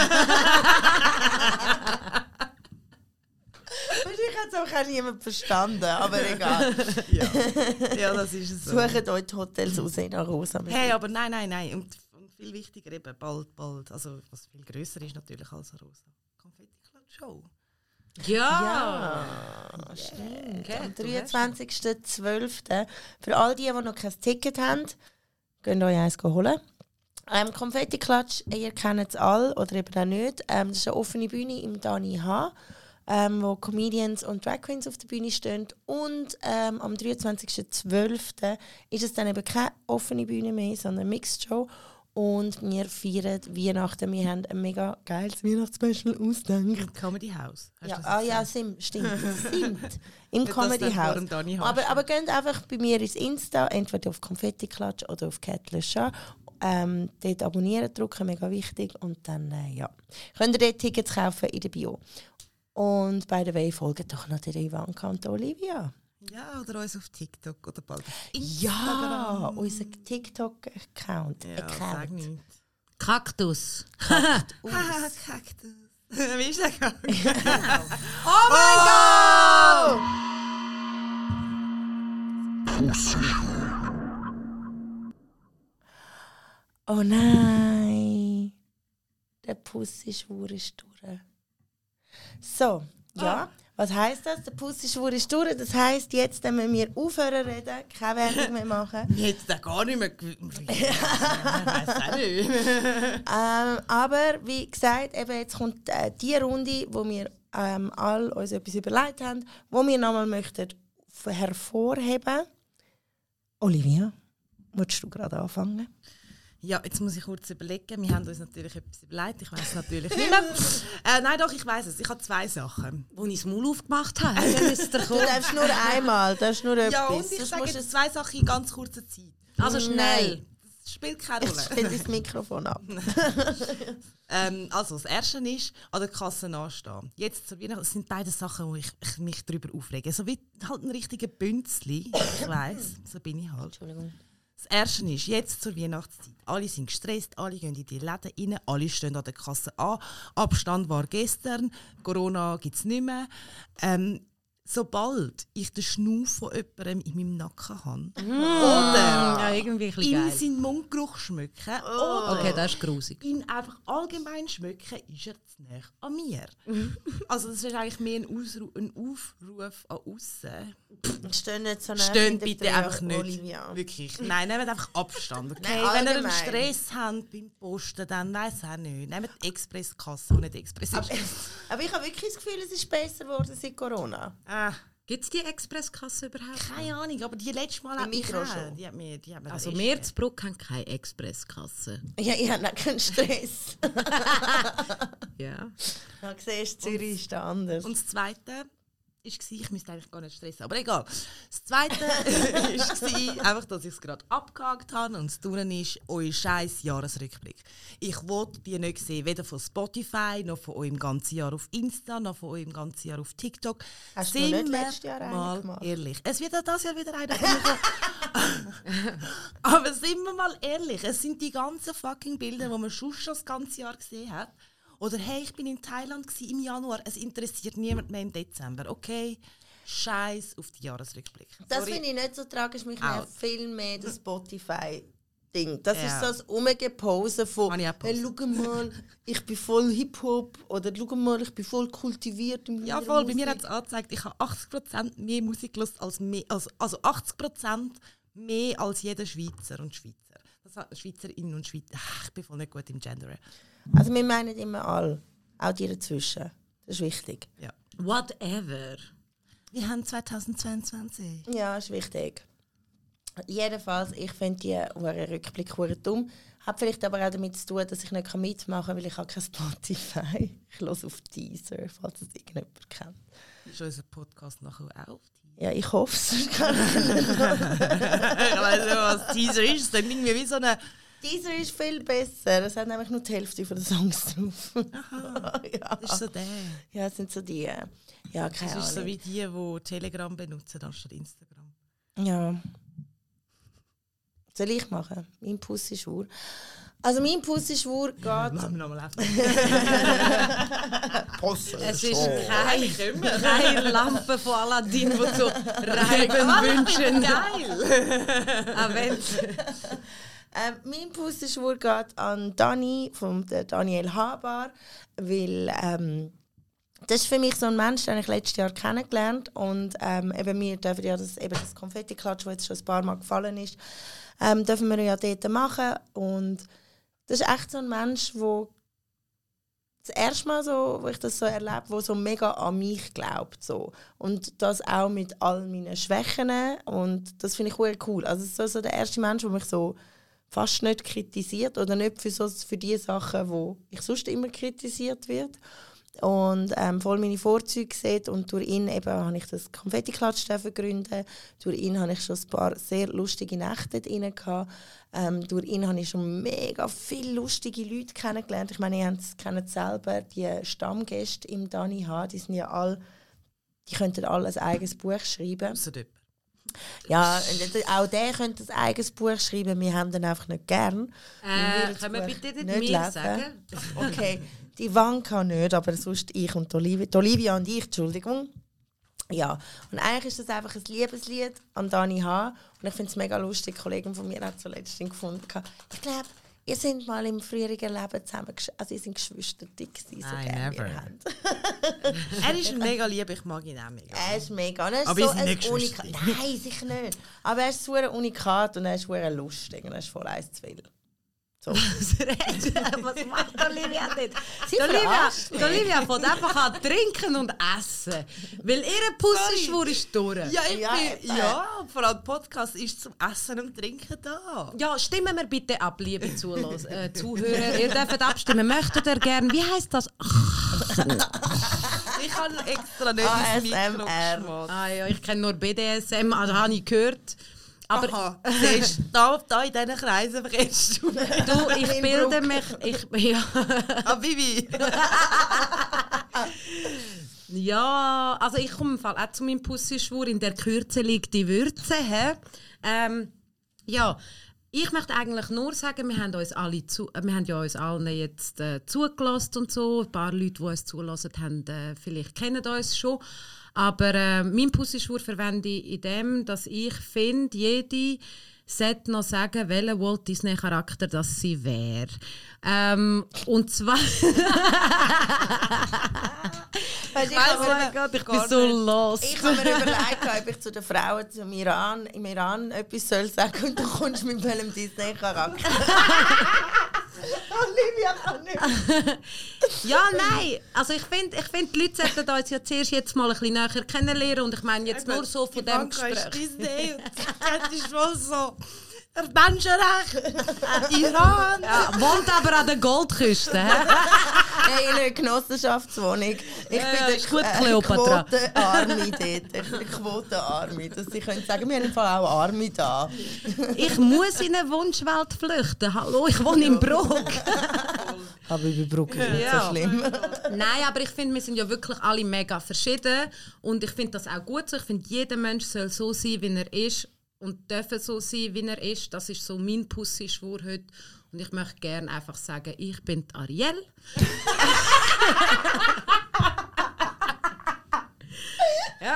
Ich habe es auch niemand verstanden, aber egal. ja. ja, das ist es so. Sucht euch die Hotels aus in Arosa. Hey, aber nein, nein, nein. Und, und viel wichtiger eben, bald, bald, also was viel grösser ist natürlich als Arosa. Konfetti-Show. Ja! Ja, stimmt. Yeah. Am dreiundzwanzigsten zwölften Für all die, die noch kein Ticket haben, könnt ihr euch eins holen. Ähm, Konfetti-Klatsch, ihr kennt es alle oder eben auch nicht. Ähm, das ist eine offene Bühne im Dani H., ähm, wo Comedians und Drag Queens auf der Bühne stehen. Und ähm, am dreiundzwanzigsten zwölften ist es dann eben keine offene Bühne mehr, sondern eine Mixed Show. Und wir feiern Weihnachten. Wir haben ein mega geiles Weihnachtsspecial ausgedacht. Im Comedy House. Ja, ah, ja, Sim, stimmt. Simt. Im Comedy House. Aber, aber geht einfach bei mir ins Insta, entweder auf Konfetti Klatsch oder auf Cat Le Chat. Ähm, dort abonnieren drücken, mega wichtig. Und dann äh, ja. könnt ihr dort Tickets kaufen in der Bio. Und by the way, folgt doch noch der Ivanka und der Olivia. Ja, oder uns auf TikTok oder bald auf Instagram. Ja, unser TikTok-Account. Ja, sag nicht. Kaktus. Kaktus. Ah, Kaktus. Wie ist der Kaktus? Genau. Oh mein Gott! Oh nein. Der Puss ist durch. So, ja. Ah. Was heisst das? Der Pussi-Schwur ist durch. Das heisst, jetzt müssen wir aufhören reden, keine Werbung mehr machen. Wir hätten das gar nicht mehr gewusst. Ich weiss auch nicht. ähm, aber wie gesagt, eben jetzt kommt äh, die Runde, wo wir ähm, alle uns etwas überlegt haben, wo wir nochmal möchten hervorheben. Olivia, willst du gerade anfangen? Ja, jetzt muss ich kurz überlegen. Wir haben uns natürlich etwas überlegt. Ich weiss natürlich nicht mehr. Äh, nein, doch, ich weiss es. Ich habe zwei Sachen. Wo ich das Maul aufgemacht habe, dann ist der Du darfst nur einmal, du darfst nur etwas. Ja, und ich sage jetzt zwei Sachen in ganz kurzer Zeit. Also schnell. Das spielt keine Rolle. Jetzt stellt das Mikrofon ab. ähm, also, das Erste ist, an der Kasse anstehen. Jetzt zur Weihnachten, das sind beide Sachen, wo ich, ich mich darüber aufrege. So wie halt ein richtiger Bünzli. Ich weiss, so bin ich halt. Entschuldigung. Das Erste ist, jetzt zur Weihnachtszeit. Alle sind gestresst, alle gehen in die Läden rein, alle stehen an der Kasse an. Abstand war gestern, Corona gibt es nicht mehr. Ähm, sobald ich den Schnuff von jemandem in meinem Nacken habe, Mm. oder Ja, irgendwie ein bisschen ihm geil. seinen Mundgeruch schmecken, Oh. oder Okay, das ist grusig. ihn einfach allgemein schmecken, ist er zu nah an mir. Also das ist eigentlich mehr ein, Ausru- ein Aufruf an aussen. Stehen nicht so nah Steht hinter bitte dir, einfach nicht. Olivia. Wirklich. Nein, nehmt einfach Abstand. Okay? Nein, Wenn ihr einen allgemein. Stress habt beim Posten, dann weiss ich auch nicht. Nehmt die Expresskasse, die nicht Express ist. Aber, aber ich habe wirklich das Gefühl, es ist besser geworden seit Corona. Ah, Gibt es die Expresskasse überhaupt? keine Ahnung, aber die letzte Mal Im hat mich Mikro auch. schon. Die hat mir, die hat mir Also echt- wir zu Bruck haben keine Expresskasse. Ja, ich habe auch keinen Stress. Ja. Ja, siehst, Zürich ist da anders. Und das Zweite war, ich müsste eigentlich gar nicht stressen, aber egal. Das Zweite war einfach, dass ich es gerade abgehakt habe und das Tun ist euer scheiß Jahresrückblick. Ich wollte die nicht sehen, weder von Spotify, noch von eurem ganzen Jahr auf Insta, noch von eurem ganzen Jahr auf TikTok. Hast du Sind nicht wir letztes Jahr einen mal gemacht? ehrlich. Es wird auch dieses Jahr wieder einer kommen. Aber sind wir mal ehrlich, es sind die ganzen fucking Bilder, die man schon schon das ganze Jahr gesehen hat. Oder hey, ich bin in Thailand gsi im Januar, es interessiert niemand mehr im Dezember. Okay, scheiß auf die Jahresrückblick. Das Sorry. finde ich nicht so tragisch, mich Auch. nervt viel mehr das Spotify-Ding. Das Ja. ist so das Umgepose von Habe ich auch hey, schau mal, ich bin voll Hip-Hop oder schau mal, ich bin voll kultiviert in Ja, meiner voll. Bei mir hat Musik. es angezeigt, ich habe achtzig Prozent mehr Musik gehört als mehr, also, also achtzig Prozent mehr als jeder Schweizer und Schweizer. Das hat Schweizerinnen und Schweizer. Ach, ich bin voll nicht gut im Gendern. Also wir meinen immer alle, auch die dazwischen. Das ist wichtig. Ja. Whatever. Wir haben zweitausendzweiundzwanzig. Ja, ist wichtig. Jedenfalls, ich finde die hure Rückblick hure dumm. Hat vielleicht aber auch damit zu tun, dass ich nicht mitmachen kann, weil ich habe kein Spotify. Ich höre auf Deezer, falls es irgendjemand kennt. Ist unser Podcast nachher auch auf Teaser? Ja, ich hoffe es. sonst kann ich nicht. Ich weiß nicht, was Teaser ist. Es ist dann irgendwie wie so eine... Deezer ist viel besser. Es hat nämlich nur die Hälfte von den Songs drauf. Aha, ja. das ist so der. ja, es sind so die. Ja, keine Das ist so Ahnung. wie die, die Telegram benutzen anstatt Instagram. Ja. Soll ich machen? Mein Pussy-Schwur. Also mein Pussy-Schwur geht... Lass mich nochmal laufen. Es ist keine, keine Lampe von Aladdin, die so reiben wünschen. Geil! Auch wenn Ähm, mein Pussy-Schwur geht an Dani, von der Daniel Habar, weil ähm, das ist für mich so ein Mensch, den ich letztes Jahr kennengelernt und ähm, eben wir dürfen ja das, eben das Konfetti-Klatsch, das jetzt schon ein paar Mal gefallen ist, ähm, dürfen wir ja dort machen und das ist echt so ein Mensch, der das erste Mal, so, wo ich das so erlebe, wo so mega an mich glaubt. So. Und das auch mit all meinen Schwächen und das finde ich sehr cool. Also es ist so, so der erste Mensch, der mich so fast nicht kritisiert oder nicht für, so, für die Sachen, wo ich sonst immer kritisiert wird. Und ähm, voll meine Vorzüge sieht und durch ihn eben habe ich das Konfetti-Klatsch gründen. Durch ihn habe ich schon ein paar sehr lustige Nächte drin gehabt. Ähm, durch ihn habe ich schon mega viele lustige Leute kennengelernt. Ich meine, ihr kennt selber die Stammgäste im Dani H. Die sind ja alle, die könnten alle ein eigenes Buch schreiben. So jemand. Ja, und auch der könnte ein eigenes Buch schreiben. Wir haben den einfach nicht gern. Äh, können wir bitte nicht mir lesen. sagen? Okay, die Wanka nicht, aber sonst ich und die Olivia. Die Olivia und ich, Entschuldigung. Ja, und eigentlich ist das einfach ein Liebeslied an Dani H. Und ich finde es mega lustig. Eine Kollegin von mir hat zuletzt ihn gefunden. Ich glaube, ihr seid mal im früheren Leben zusammen, also ihr seid Geschwister gewesen, so gerne wir haben. Er ist mega lieb, ich mag ihn auch mega. Er ist mega, er ist aber so sind nicht ein Unikat. Nein, sicher nicht. Aber er ist so ein Unikat und er ist sehr lustig und er ist voll eins zu viel. So. Was macht Olivia nicht? Sie Olivia, verarscht Olivia fängt einfach an trinken und essen. Weil ihre Pussenschwur ist durch. Ja, ich Ja, bin, eben. ja, vor allem Podcast ist zum Essen und Trinken da. Ja, stimmen wir bitte ab, liebe Zuhörer. Äh, Zuhörer. Ihr dürft abstimmen. Möchtet ihr gerne? Wie heisst das? Ich kann extra nicht A S ins M Mikro R. geschmatzt. Ah ja, ich kenne nur B D S M, also habe ich gehört. Aber Aha, siehst du, da, da in diesen Kreisen verrätst du. du, ich bilde mich... Ich, ja. Ah, Vivi. Ja, also ich komme im Fall auch zu meinem Pussyschwur. In der Kürze liegt die Würze. He? Ähm, ja, ich möchte eigentlich nur sagen, wir haben uns alle zu, wir haben ja uns allen jetzt äh, zugelassen und so. Ein paar Leute, die uns zulassen, haben, äh, vielleicht kennen uns schon. Aber äh, mein Pussyschwur verwende ich in dem, dass ich finde, jede sollte noch sagen, welcher Walt Disney Charakter das sie wäre. Ähm, und zwar... Weißt, ich weiss habe nicht. mir, Gott, ich bin Gar so nicht. lost. ich habe mir überlegt, ob ich zu den Frauen zum Iran, im Iran etwas soll sagen und du kommst mit welchem Disney-Charakter. Olivia kann nicht. Ja, nein. Also ich finde, ich find, die Leute sollten uns ja zuerst jetzt mal ein bisschen näher kennenlernen. Und ich meine jetzt nur so von dem Ivanka ist Gespräch. Disney und das ist wohl so... Menschenrecht, Iran. Ja, wohnt aber an der Goldküste. He? Hey, in einer Genossenschaftswohnung. Ich Ja, bin ist gut, der Kleopatra. Quotenarmy dort. Ich bin der Quotenarmy. Dass sie können sagen, wir haben im Fall auch Army da. Ich muss in eine Wunschwelt flüchten. Hallo, ich wohne in Bruck. Aber über Brücke ist nicht Ja. so schlimm. Nein, aber ich finde, wir sind ja wirklich alle mega verschieden. Und ich finde das auch gut so. Ich finde, jeder Mensch soll so sein, wie er ist. Und dürfen so sein, wie er ist. Das ist so mein Pussyschwur heute. Und ich möchte gerne einfach sagen, ich bin die Ariel. Ja.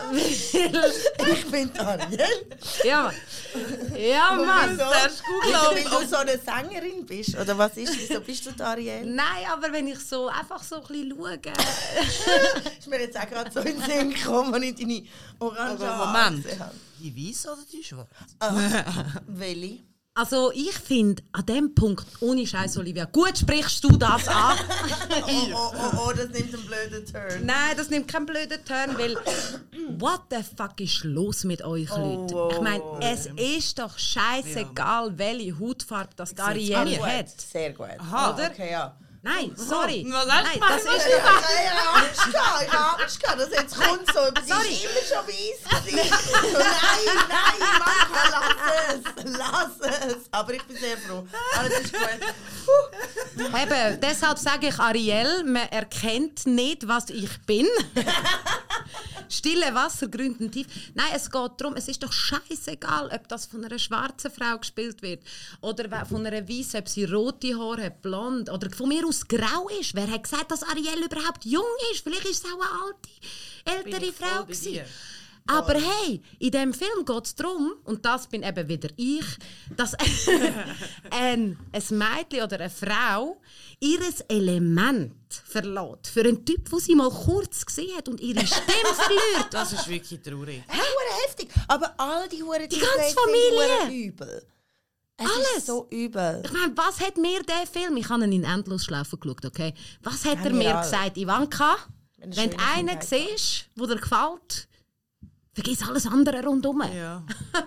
Ich bin Ariel. Ja, Mann. Ja, Mann. Wieso? Zuerst Weil googeln. du so eine Sängerin bist? Oder was ist? Wieso bist du die Ariel? Nein, aber wenn ich so einfach so ein bisschen schaue. Ist mir jetzt auch gerade so in den Sinn gekommen, als ich deine orange Aber Haare Moment. gesehen habe. Die weiß oder die schwarz? Welche? Also ich finde, an dem Punkt, ohne Scheiß, Olivia, gut sprichst du das an. Oh, oh, oh, oh, das nimmt einen blöden Turn. Nein, das nimmt keinen blöden Turn, weil what the fuck ist los mit euch Leuten? oh, Ich meine, oh. es ist doch scheißegal, welche Hautfarbe das die Ariel Gut, hat. sehr gut. Aha. Oder? Okay, ja. Nein, sorry. Was hast Nein, du das gemacht? ist Ich habe Angst gehabt, ich habe Angst gehabt, dass jetzt kommt so, aber sie Sorry. ist immer schon weiss gewesen. So, nein, nein, Mann, lass es, lass es. Aber ich bin sehr froh. Alles ist gut. Eben, deshalb sage ich Ariel, man erkennt nicht, was ich bin. Stille Wasser gründen tief. Nein, es geht darum, es ist doch scheißegal, ob das von einer schwarzen Frau gespielt wird oder von einer weißen, ob sie rote Haare hat, blond oder von mir aus grau ist. Wer hat gesagt, dass Ariel überhaupt jung ist? Vielleicht ist es auch eine alte, ältere Bin ich voll Frau bei gewesen. dir. Aber hey, in diesem Film geht es darum, und das bin eben wieder ich, dass ein, ein Mädchen oder eine Frau ihr Element verlässt. Für einen Typ, den sie mal kurz gesehen hat und ihre Stimme verliert. Das ist wirklich traurig. Hey, hure heftig. Aber all die Huren Die ganze Familie. übel. Es Alles. ist so übel. Ich meine, was hat mir der Film, ich habe ihn in Endlosschlaufen geschaut, okay? Was hat Haben er wir mir alle. gesagt? Ivanka, Wenn wenn du du einen siehst, der dir gefällt, vergiss alles andere rundherum. Ja.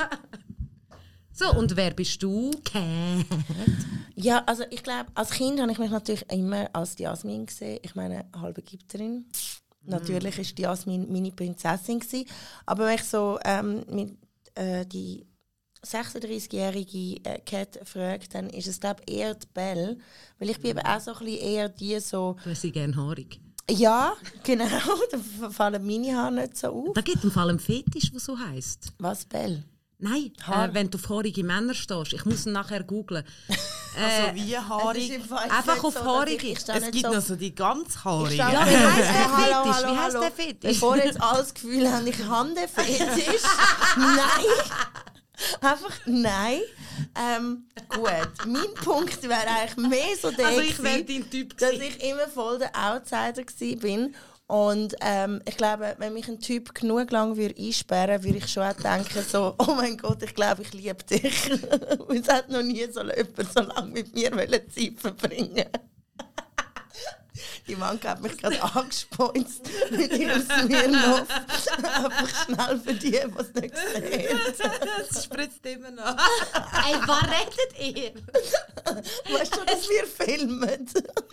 So, und wer bist du? Cat. Ja, also ich glaube, als Kind habe ich mich natürlich immer als die Jasmin gesehen. Ich meine, halbe Ägypterin. Natürlich war die Jasmin meine Prinzessin gewesen. Aber wenn ich so ähm, mit, äh, die sechsunddreißigjährige äh, Cat frage, dann ist es glaube ich eher die Belle. Weil ich bin eben auch so ein bisschen eher die so... Du hast sie gerne haarig. Ja, genau. Da fallen meine Haare nicht so auf. Da gibt es im Fall einen Fetisch, der so heisst. Was, Belle? Nein, Haar. äh, wenn du auf haarige Männer stehst. Ich muss ihn nachher googlen. Also wie Es ist haarig. im Fall einfach nicht auf so, dass haarige. ich- ich stehe Es nicht gibt so- noch so die ganz Ich haarigen. stehe- Ja, wie heisst der Hallo, Fetisch? hallo, Wie heisst hallo. der Fetisch? Bevor jetzt alles das Gefühl haben, ich habe den Fetisch. Nein. Einfach nein. Ähm, gut, mein Punkt wäre eigentlich mehr so der, Also ich wäre dein Typ dass gewesen. ich immer voll der Outsider war. Und ähm, ich glaube, wenn mich ein Typ genug lang würde einsperren würde, würde ich schon auch denken, so, oh mein Gott, ich glaube, ich liebe dich. Und es hat noch nie so jemand so lange mit mir Zeit verbringen. Die Mann hat mich gerade angespoinzt mit ihrem Smirnoff. Einfach schnell für die, die es nicht sehen. Es spritzt immer noch. Ey, was redet ihr? Weißt du, dass wir filmen?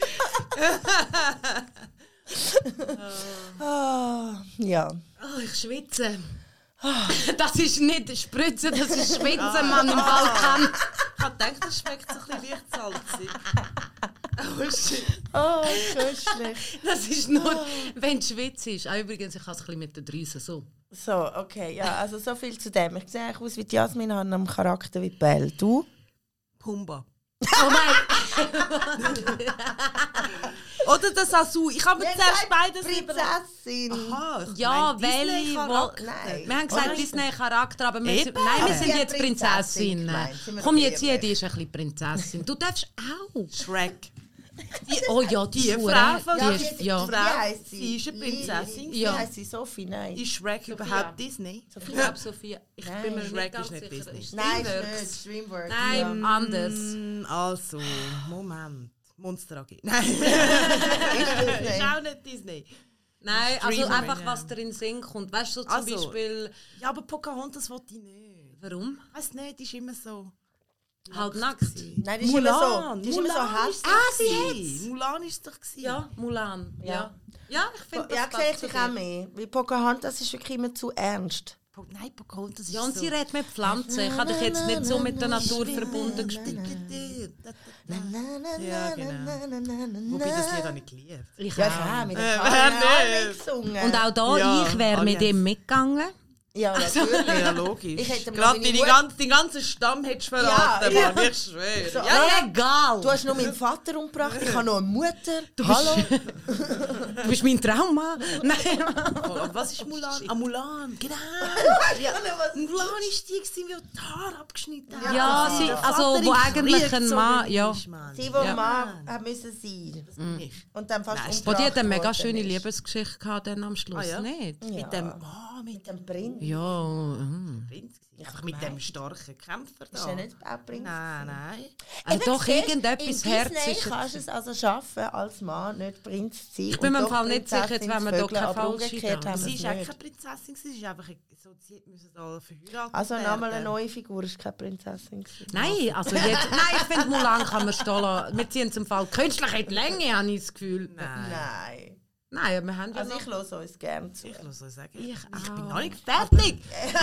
oh, ja. Oh, ich schwitze. Das ist nicht Spritzen, das ist Schwitzen, Mann, im Balkan. Ich habe gedacht, das schmeckt so ein bisschen leicht salzig. Oh shit. Oh, köstlich. Das ist nur, wenn du schwitzt. Ah, übrigens, ich habe es ein bisschen mit den Drüsen so. So, okay, ja, also so viel zu dem. Ich sehe eigentlich aus wie die Jasmin, habe einen Charakter wie Belle. Du? Pumba. Oh mein Oder das Asu. Ich habe mir zuerst beides Prinzessin. Aha, ich Ja, mein welche? Disney-Charakter. Nein. Wir haben gesagt Disney-Charakter, aber wir Eben. sind, nein, wir sind Ja, jetzt Prinzessin Prinzessinnen. gemeint, sind wir Komm, doch jetzt ehrlich. jede ist ein bisschen Prinzessin. Du darfst auch. Shrek. Oh ja, die, Die Hure, Frau von- die Ja, ist, die- ja. Wie heisst sie? Sie ist eine Prinzessin. Wie Ja. heisst sie? Sophie? Nein. Ist Shrek Sophia. überhaupt Disney? Ich glaube, Sophia. Ich Nein. bin mir Shrek nicht ganz ist nicht sicher. Disney. Ist Nein, Dreamworks? nicht. Dreamworks. Nein, anders. Mm, Also, Moment. Monster A G. Nein, Ja. ist auch nicht Disney. Nein, also Dreamworks, einfach, ja. was dir in den Sinn kommt. Weißt du, so zum Also, Beispiel... Ja, aber Pocahontas wollte ich nicht. Warum? Ich weiss nicht, die ist immer so... Halb nackt. Nein, die ist immer so. Die ist immer so Mulan hässlich. ist doch Ah, sie gewesen. Mulan ist doch gewesen. Ja, Mulan. Ja, Ja. ja ich finde, Ja, das sehe ich passt zu dich dir. auch mehr. Weil Pocahontas ist wirklich immer zu ernst. Po- Nein, Pocahontas ist Ja, und so... sie redet mit Pflanzen. Ich habe dich jetzt nicht so mit der Natur verbunden gespielt. Ja, genau. Wobei das Lied habe ich geliebt. Ich Ja, ich auch. habe mit Äh, der wer Kamera nicht? gesungen. Und auch da, Ja, ich wäre mit alle ihm mitgegangen. Ja, natürlich. Ja, logisch. Ich hätte mir Gerade meine deine Mutter- ganze, deinen ganzen Stamm hättest du verraten, Ja, Mann. Ich schwöre. So, Ja, Egal! Du hast noch meinen Vater umgebracht, ich habe noch eine Mutter. Hallo? Du bist mein Trauma. Nein. oh, was ist Mulan? Ah, Mulan, genau. Ja, Mulan ist die, gewesen, die die Haare abgeschnitten hat. Ja, sie, Der also Vater wo in eigentlich Krieg ein gezogen Mann... Ja. ist, Mann. Sie, die Ja. Mann hat müssen sein. Das bin ich. Und dann fast Nein, umgebracht Wo die hat eine mega worden schöne ist. Liebesgeschichte gehabt dann am Schluss, Ah, ja? nicht? Ja. Mit dem... Oh, mit Mit dem Prinz. Ja, mm. dem Prinz. Einfach mit dem starken Kämpfer da. Ist er nicht auch Prinz? Nein, nein. Also Eben, doch siehst, irgendetwas in Herz Disney ist kannst du es also schaffen, als Mann nicht Prinz zu sein. Ich bin und mir im doch Fall nicht sicher, jetzt Prinzessin wenn wir zu doch vögeln, keine aber falsche umgekehrt da. haben Sie wir es ist auch nicht. keine Prinzessin, sie ist einfach so, sie müssen alle verheiratet Also nochmal eine werden. neue Figur, ist keine Prinzessin gewesen. Nein, also jetzt, nein, ich finde Mulan kann man stehen lassen. Wir ziehen zum Fall künstlich in die Länge, habe ich das Gefühl. Nein. Nein. Nein, wir haben ja Also noch... ich höre uns gerne zu. Ich muss so sagen, Ich ich, bin auch. noch nicht fertig.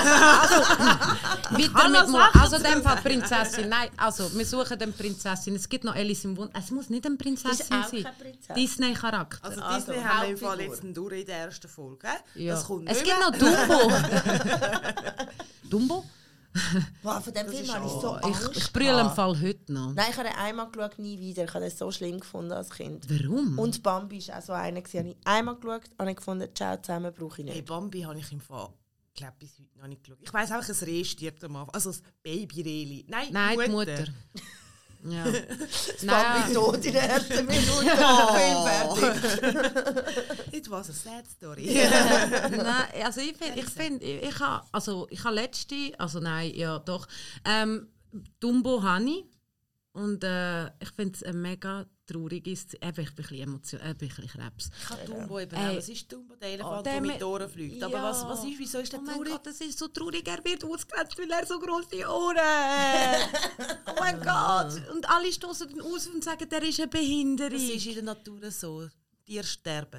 Weiter kann mit noch Mulan. Sachen Also in dem Fall Prinzessin. Nein, also wir suchen eine Prinzessin. Es gibt noch Alice im Wund. Es muss nicht eine Ist Prinzessin auch sein. keine Prinzessin. Disney-Charakter. Also Also, Disney haben wir im Fall Hauptfigur. jetzt einen durch in der ersten Folge. Ja. Das kommt Es nicht gibt mehr. noch Dumbo. Dumbo? Wow, von dem Das Film ist habe ich so auch- Angst. Ich, ich brülle im gehabt. Fall heute noch. Nein, ich habe den einmal geschaut, nie wieder. Ich habe den so schlimm gefunden als Kind. Warum? Und Bambi war auch so einer. Ich habe einmal geschaut und ich gefunden, ciao zusammen brauche ich Hey, nicht. Bambi habe ich im Fall, ich glaube, bis heute noch nicht geschaut. Ich weiss einfach, ein Reh stirbt am Anfang. Also das Baby-Rehli. Nein, Nein, die Mutter. Mutter. Ja. Bambi Nein, tot in der ersten Minute. Oh. Film fertig. It was a sad story. nein, also ich finde, ich, find, ich, ich habe also ich habe letzte, also nein, ja doch, ähm, Dumbo habe ich und äh, ich finde es eine mega traurige Szene. Eben, ich bin ein bisschen emotional, äh, ich bin ein bisschen Krebs. Ich habe Dumbo eben Ey. auch. Was ist Dumbo, der Elefant, Oh, der der mit mit- Ohren fliegt? Aber Ja. was, was ist, wieso ist der Oh mein traurig? Gott, das ist so traurig, er wird ausgegrenzt, weil er so grosse Ohren oh mein Gott. Und alle stoßen ihn aus und sagen, er ist eine Behinderung. Das ist in der Natur so. Tiere sterben.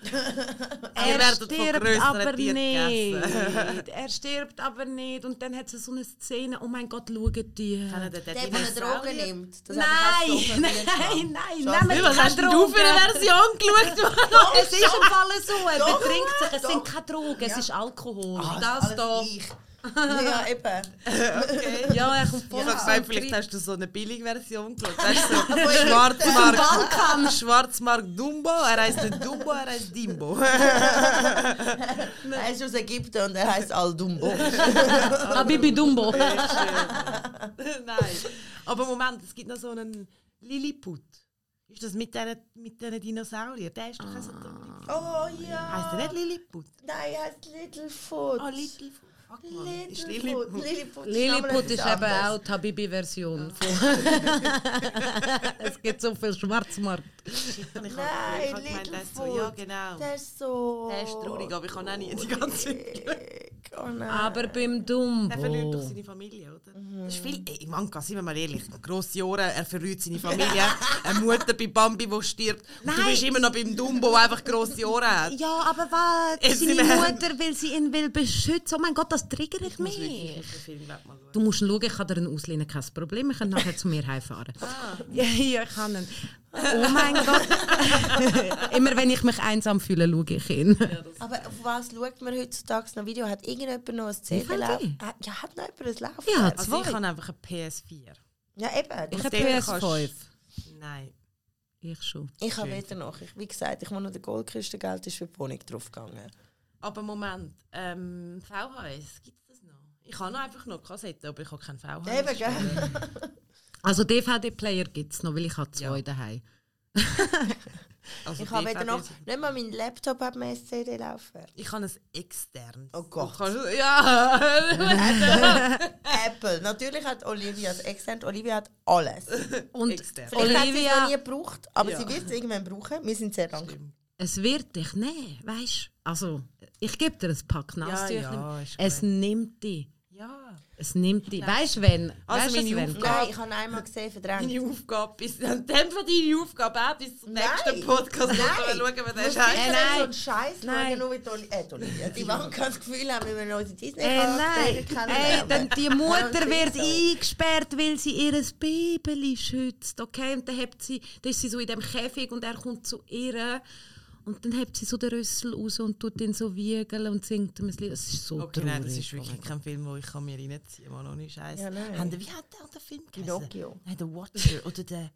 Er werden von stirbt grösseren aber Tieren nicht. gegessen. Er stirbt aber nicht. Und dann hat es so eine Szene, oh mein Gott, schaut die. Kennen die Der, der eine Drogen nimmt. Das Nein, hat mich auch so nein, verwirrt. nein, Schon. nehmen Wie, wir was hast keine denn du für eine Drogen. Version geschaut? Es ist im Fall so, er Doch, betrinkt sich, es doch. sind keine Drogen, es Ja. ist Alkohol. Ah, das alles da. gleich. Ja, eben. Okay. Ja, er kommt voll Ich habe aus gesagt, dem vielleicht Trieb. hast du so eine Billigversion geschaut. Weißt du, so Schwarzmarkt, Balkan. Schwarzmarkt Dumbo. Er heisst nicht Dumbo, er heisst Dimbo. Er ist aus Ägypten und er heisst Al-Dumbo. Habibi Dumbo. Nein. Aber Moment, es gibt noch so einen Lilliput. Ist das mit diesen mit diesen Dinosauriern? Der ist doch auch so dumm. Oh ja. Heisst der nicht Lilliput? Nein, er heißt Littlefoot. Oh, Littlefoot. Fuck, Mann. Ist Littlefoot. Lilliput. Lilliput, Lilliput ist eben anderes. auch die Habibi-Version. Es gibt so viel Schwarzmarkt. Nein, Nein, gemeint, der ist so, Littlefoot. ja genau. Der ist so... Der ist traurig, aber ich kann auch nie die ganze Zeit. Oh nein. Aber beim Dumbo. Er verliert doch seine Familie, oder? Das ist viel. Ey, Mann, sind wir mal ehrlich. Grosse Ohren, er verliert seine Familie. Eine Mutter bei Bambi, die stirbt. Und du bist immer noch beim Dumbo, der einfach grosse Ohren hat. Ja, aber was? Es Seine sind- Mutter will sie ihn will beschützen. Oh mein Gott, das triggert mich. Den Film glaub mal schauen. Du musst schauen, ich kann dir einen ausleihen, kein Problem. Ich kann nachher zu mir heimfahren. Ja, ja, ich kann ihn. Oh mein Gott. Immer wenn ich mich einsam fühle, schaue ich ihn. Aber auf was schaut man heutzutage noch Video? Hat irgendjemand noch ein C Wie viel D lauf? die? Ja, hat noch jemand ein Laufwerk? Ja, Also ich zwei. habe einfach eine P S vier. Ja, eben. Ich Das- habe dort P S kannst- fünf. Nein. Ich schon. Ich habe weder noch. Ich, wie gesagt, ich muss noch den Goldküstengeld ist für die Wohnung draufgegangen. Aber Moment, ähm, V H S, gibt es das noch? Ich habe noch einfach noch Kassetten, aber ich habe keinen V H S. Ja, eben, gell? Also D V D-Player gibt es noch, weil ich habe zwei Ja. daheim. Also Ich habe D V weder D noch. Nicht mal mein Laptop hat mir ein C D-Laufwerk. Ich habe ein externes. Oh Gott. Du kannst- Ja! Apple. Natürlich hat Olivia das extern. Olivia hat alles. Und Extern. Vielleicht hat sie es noch Olivia, nie gebraucht, aber Ja. sie wird es irgendwann brauchen. Wir sind sehr dankbar. es wird dich nehmen, weißt du? Also, ich gebe dir ein Pack Nasstücher. ja, ist es gut. nimmt dich. Ja. Es nimmt dich. Weißt du, wenn? Also weißt du, meine wenn? Aufgabe- Nein, ich habe einmal gesehen, verdrängt. Deine Aufgabe bis dann deine Aufgabe auch bis zum Nein. nächsten Podcast. Nein. Schauen, wer Du der musst Scheiß. sicher Äh, nein. so einen Scheiß Nein. schauen, nur wie die Oli- äh, die Olivia. Die Wanka das Gefühl haben, wir wollen unsere disney Äh, nein, Ey, dann die Mutter wird eingesperrt, weil sie ihr Baby schützt, okay? Und dann, hat sie, dann ist sie so in dem Käfig und er kommt zu ihr und dann hebt sie so den Rüssel raus und tut ihn so wiegeln und singt ihm ein Lied. Das ist so Okay, traurig. nein, das ist wirklich kein Film, den ich kann mir reinziehen kann. Noch nicht Scheiße. Ja, nein. Haben die- Wie hat der der Film geheißen? Pinocchio. Nein, der Watcher oder der...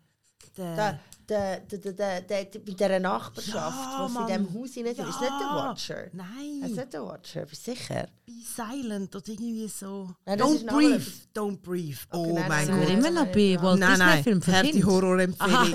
der Der, der, der, der, der, der, bei dieser Nachbarschaft, Ja, was in Mann. diesem Haus rein ist. Ist nicht der Watcher? Es Nein, ist nicht der Watcher, bist du sicher? Be Silent oder irgendwie so. Nein, das Don't ist ein anderer. breathe, don't breathe. Oh Okay, nein, mein Sind wir Gott. immer noch bei Walt Nein, nein, Disney-Film für harte Kinder? Horrorempfehlung.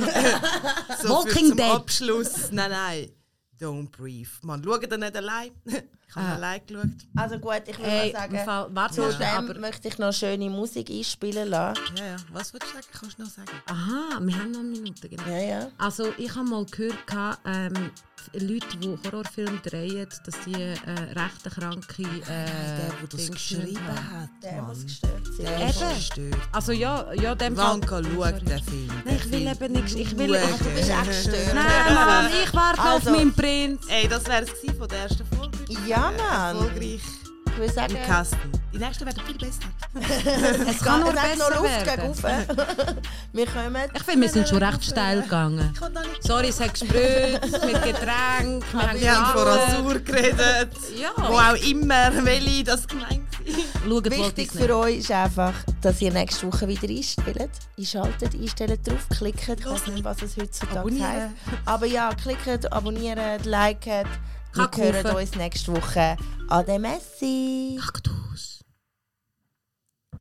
so Walking für zum Dead. Abschluss. Nein, nein. Don't breathe. Man, schaut ihr nicht allein? Ich habe Ah. allein geschaut. Also gut, ich würde Ey, mal im sagen, Fall, warte zu mal, dem aber... möchte ich noch schöne Musik einspielen lassen. Ja, ja. Was würdest du sagen? Kannst du noch sagen? Aha, wir haben noch eine Minute, genau. Ja, ja. Also ich habe mal gehört, ähm, Leute, die Horrorfilme drehen, dass die äh, recht kranke... Äh, Der, der das Dings geschrieben haben. hat, Der muss Mann. gestört sein. Der Eben. ist gestört. Also ja, ja, dem Wanka, Fall- schau Sorry. den Film. Nein, ich will eben nichts. Ich will... Schau. Du bist echt gestört. Nein, Mann, ich warte noch Also- auf meinen Prinz. Ey, das wäre es von der ersten Folge. Ja, Mann. Erfolgreich Ich würde sagen, im Kasten. Die nächste wird viel besser. Es kann nur es hat noch besser Luft werden. gegen rauf. Wir kommen. Ich finde, wir sind schon recht steil gegangen. Ich kann da nicht. Sorry, es hat gespritzt mit Getränk. Wir haben Wir haben von gelacht. Rasur geredet. Ja. Wo auch immer, welche das gemeint war. Schaut Walt Wichtig Disney. für euch ist einfach, dass ihr nächste Woche wieder einstellt. Einschaltet, einstellt drauf, klickt. Ich weiß nicht, was es heutzutage Abonnieren. heisst. Aber ja, klickt, abonniert, liket. Wir Kann hören kaufen. uns nächste Woche. Ade Messi. Ach du.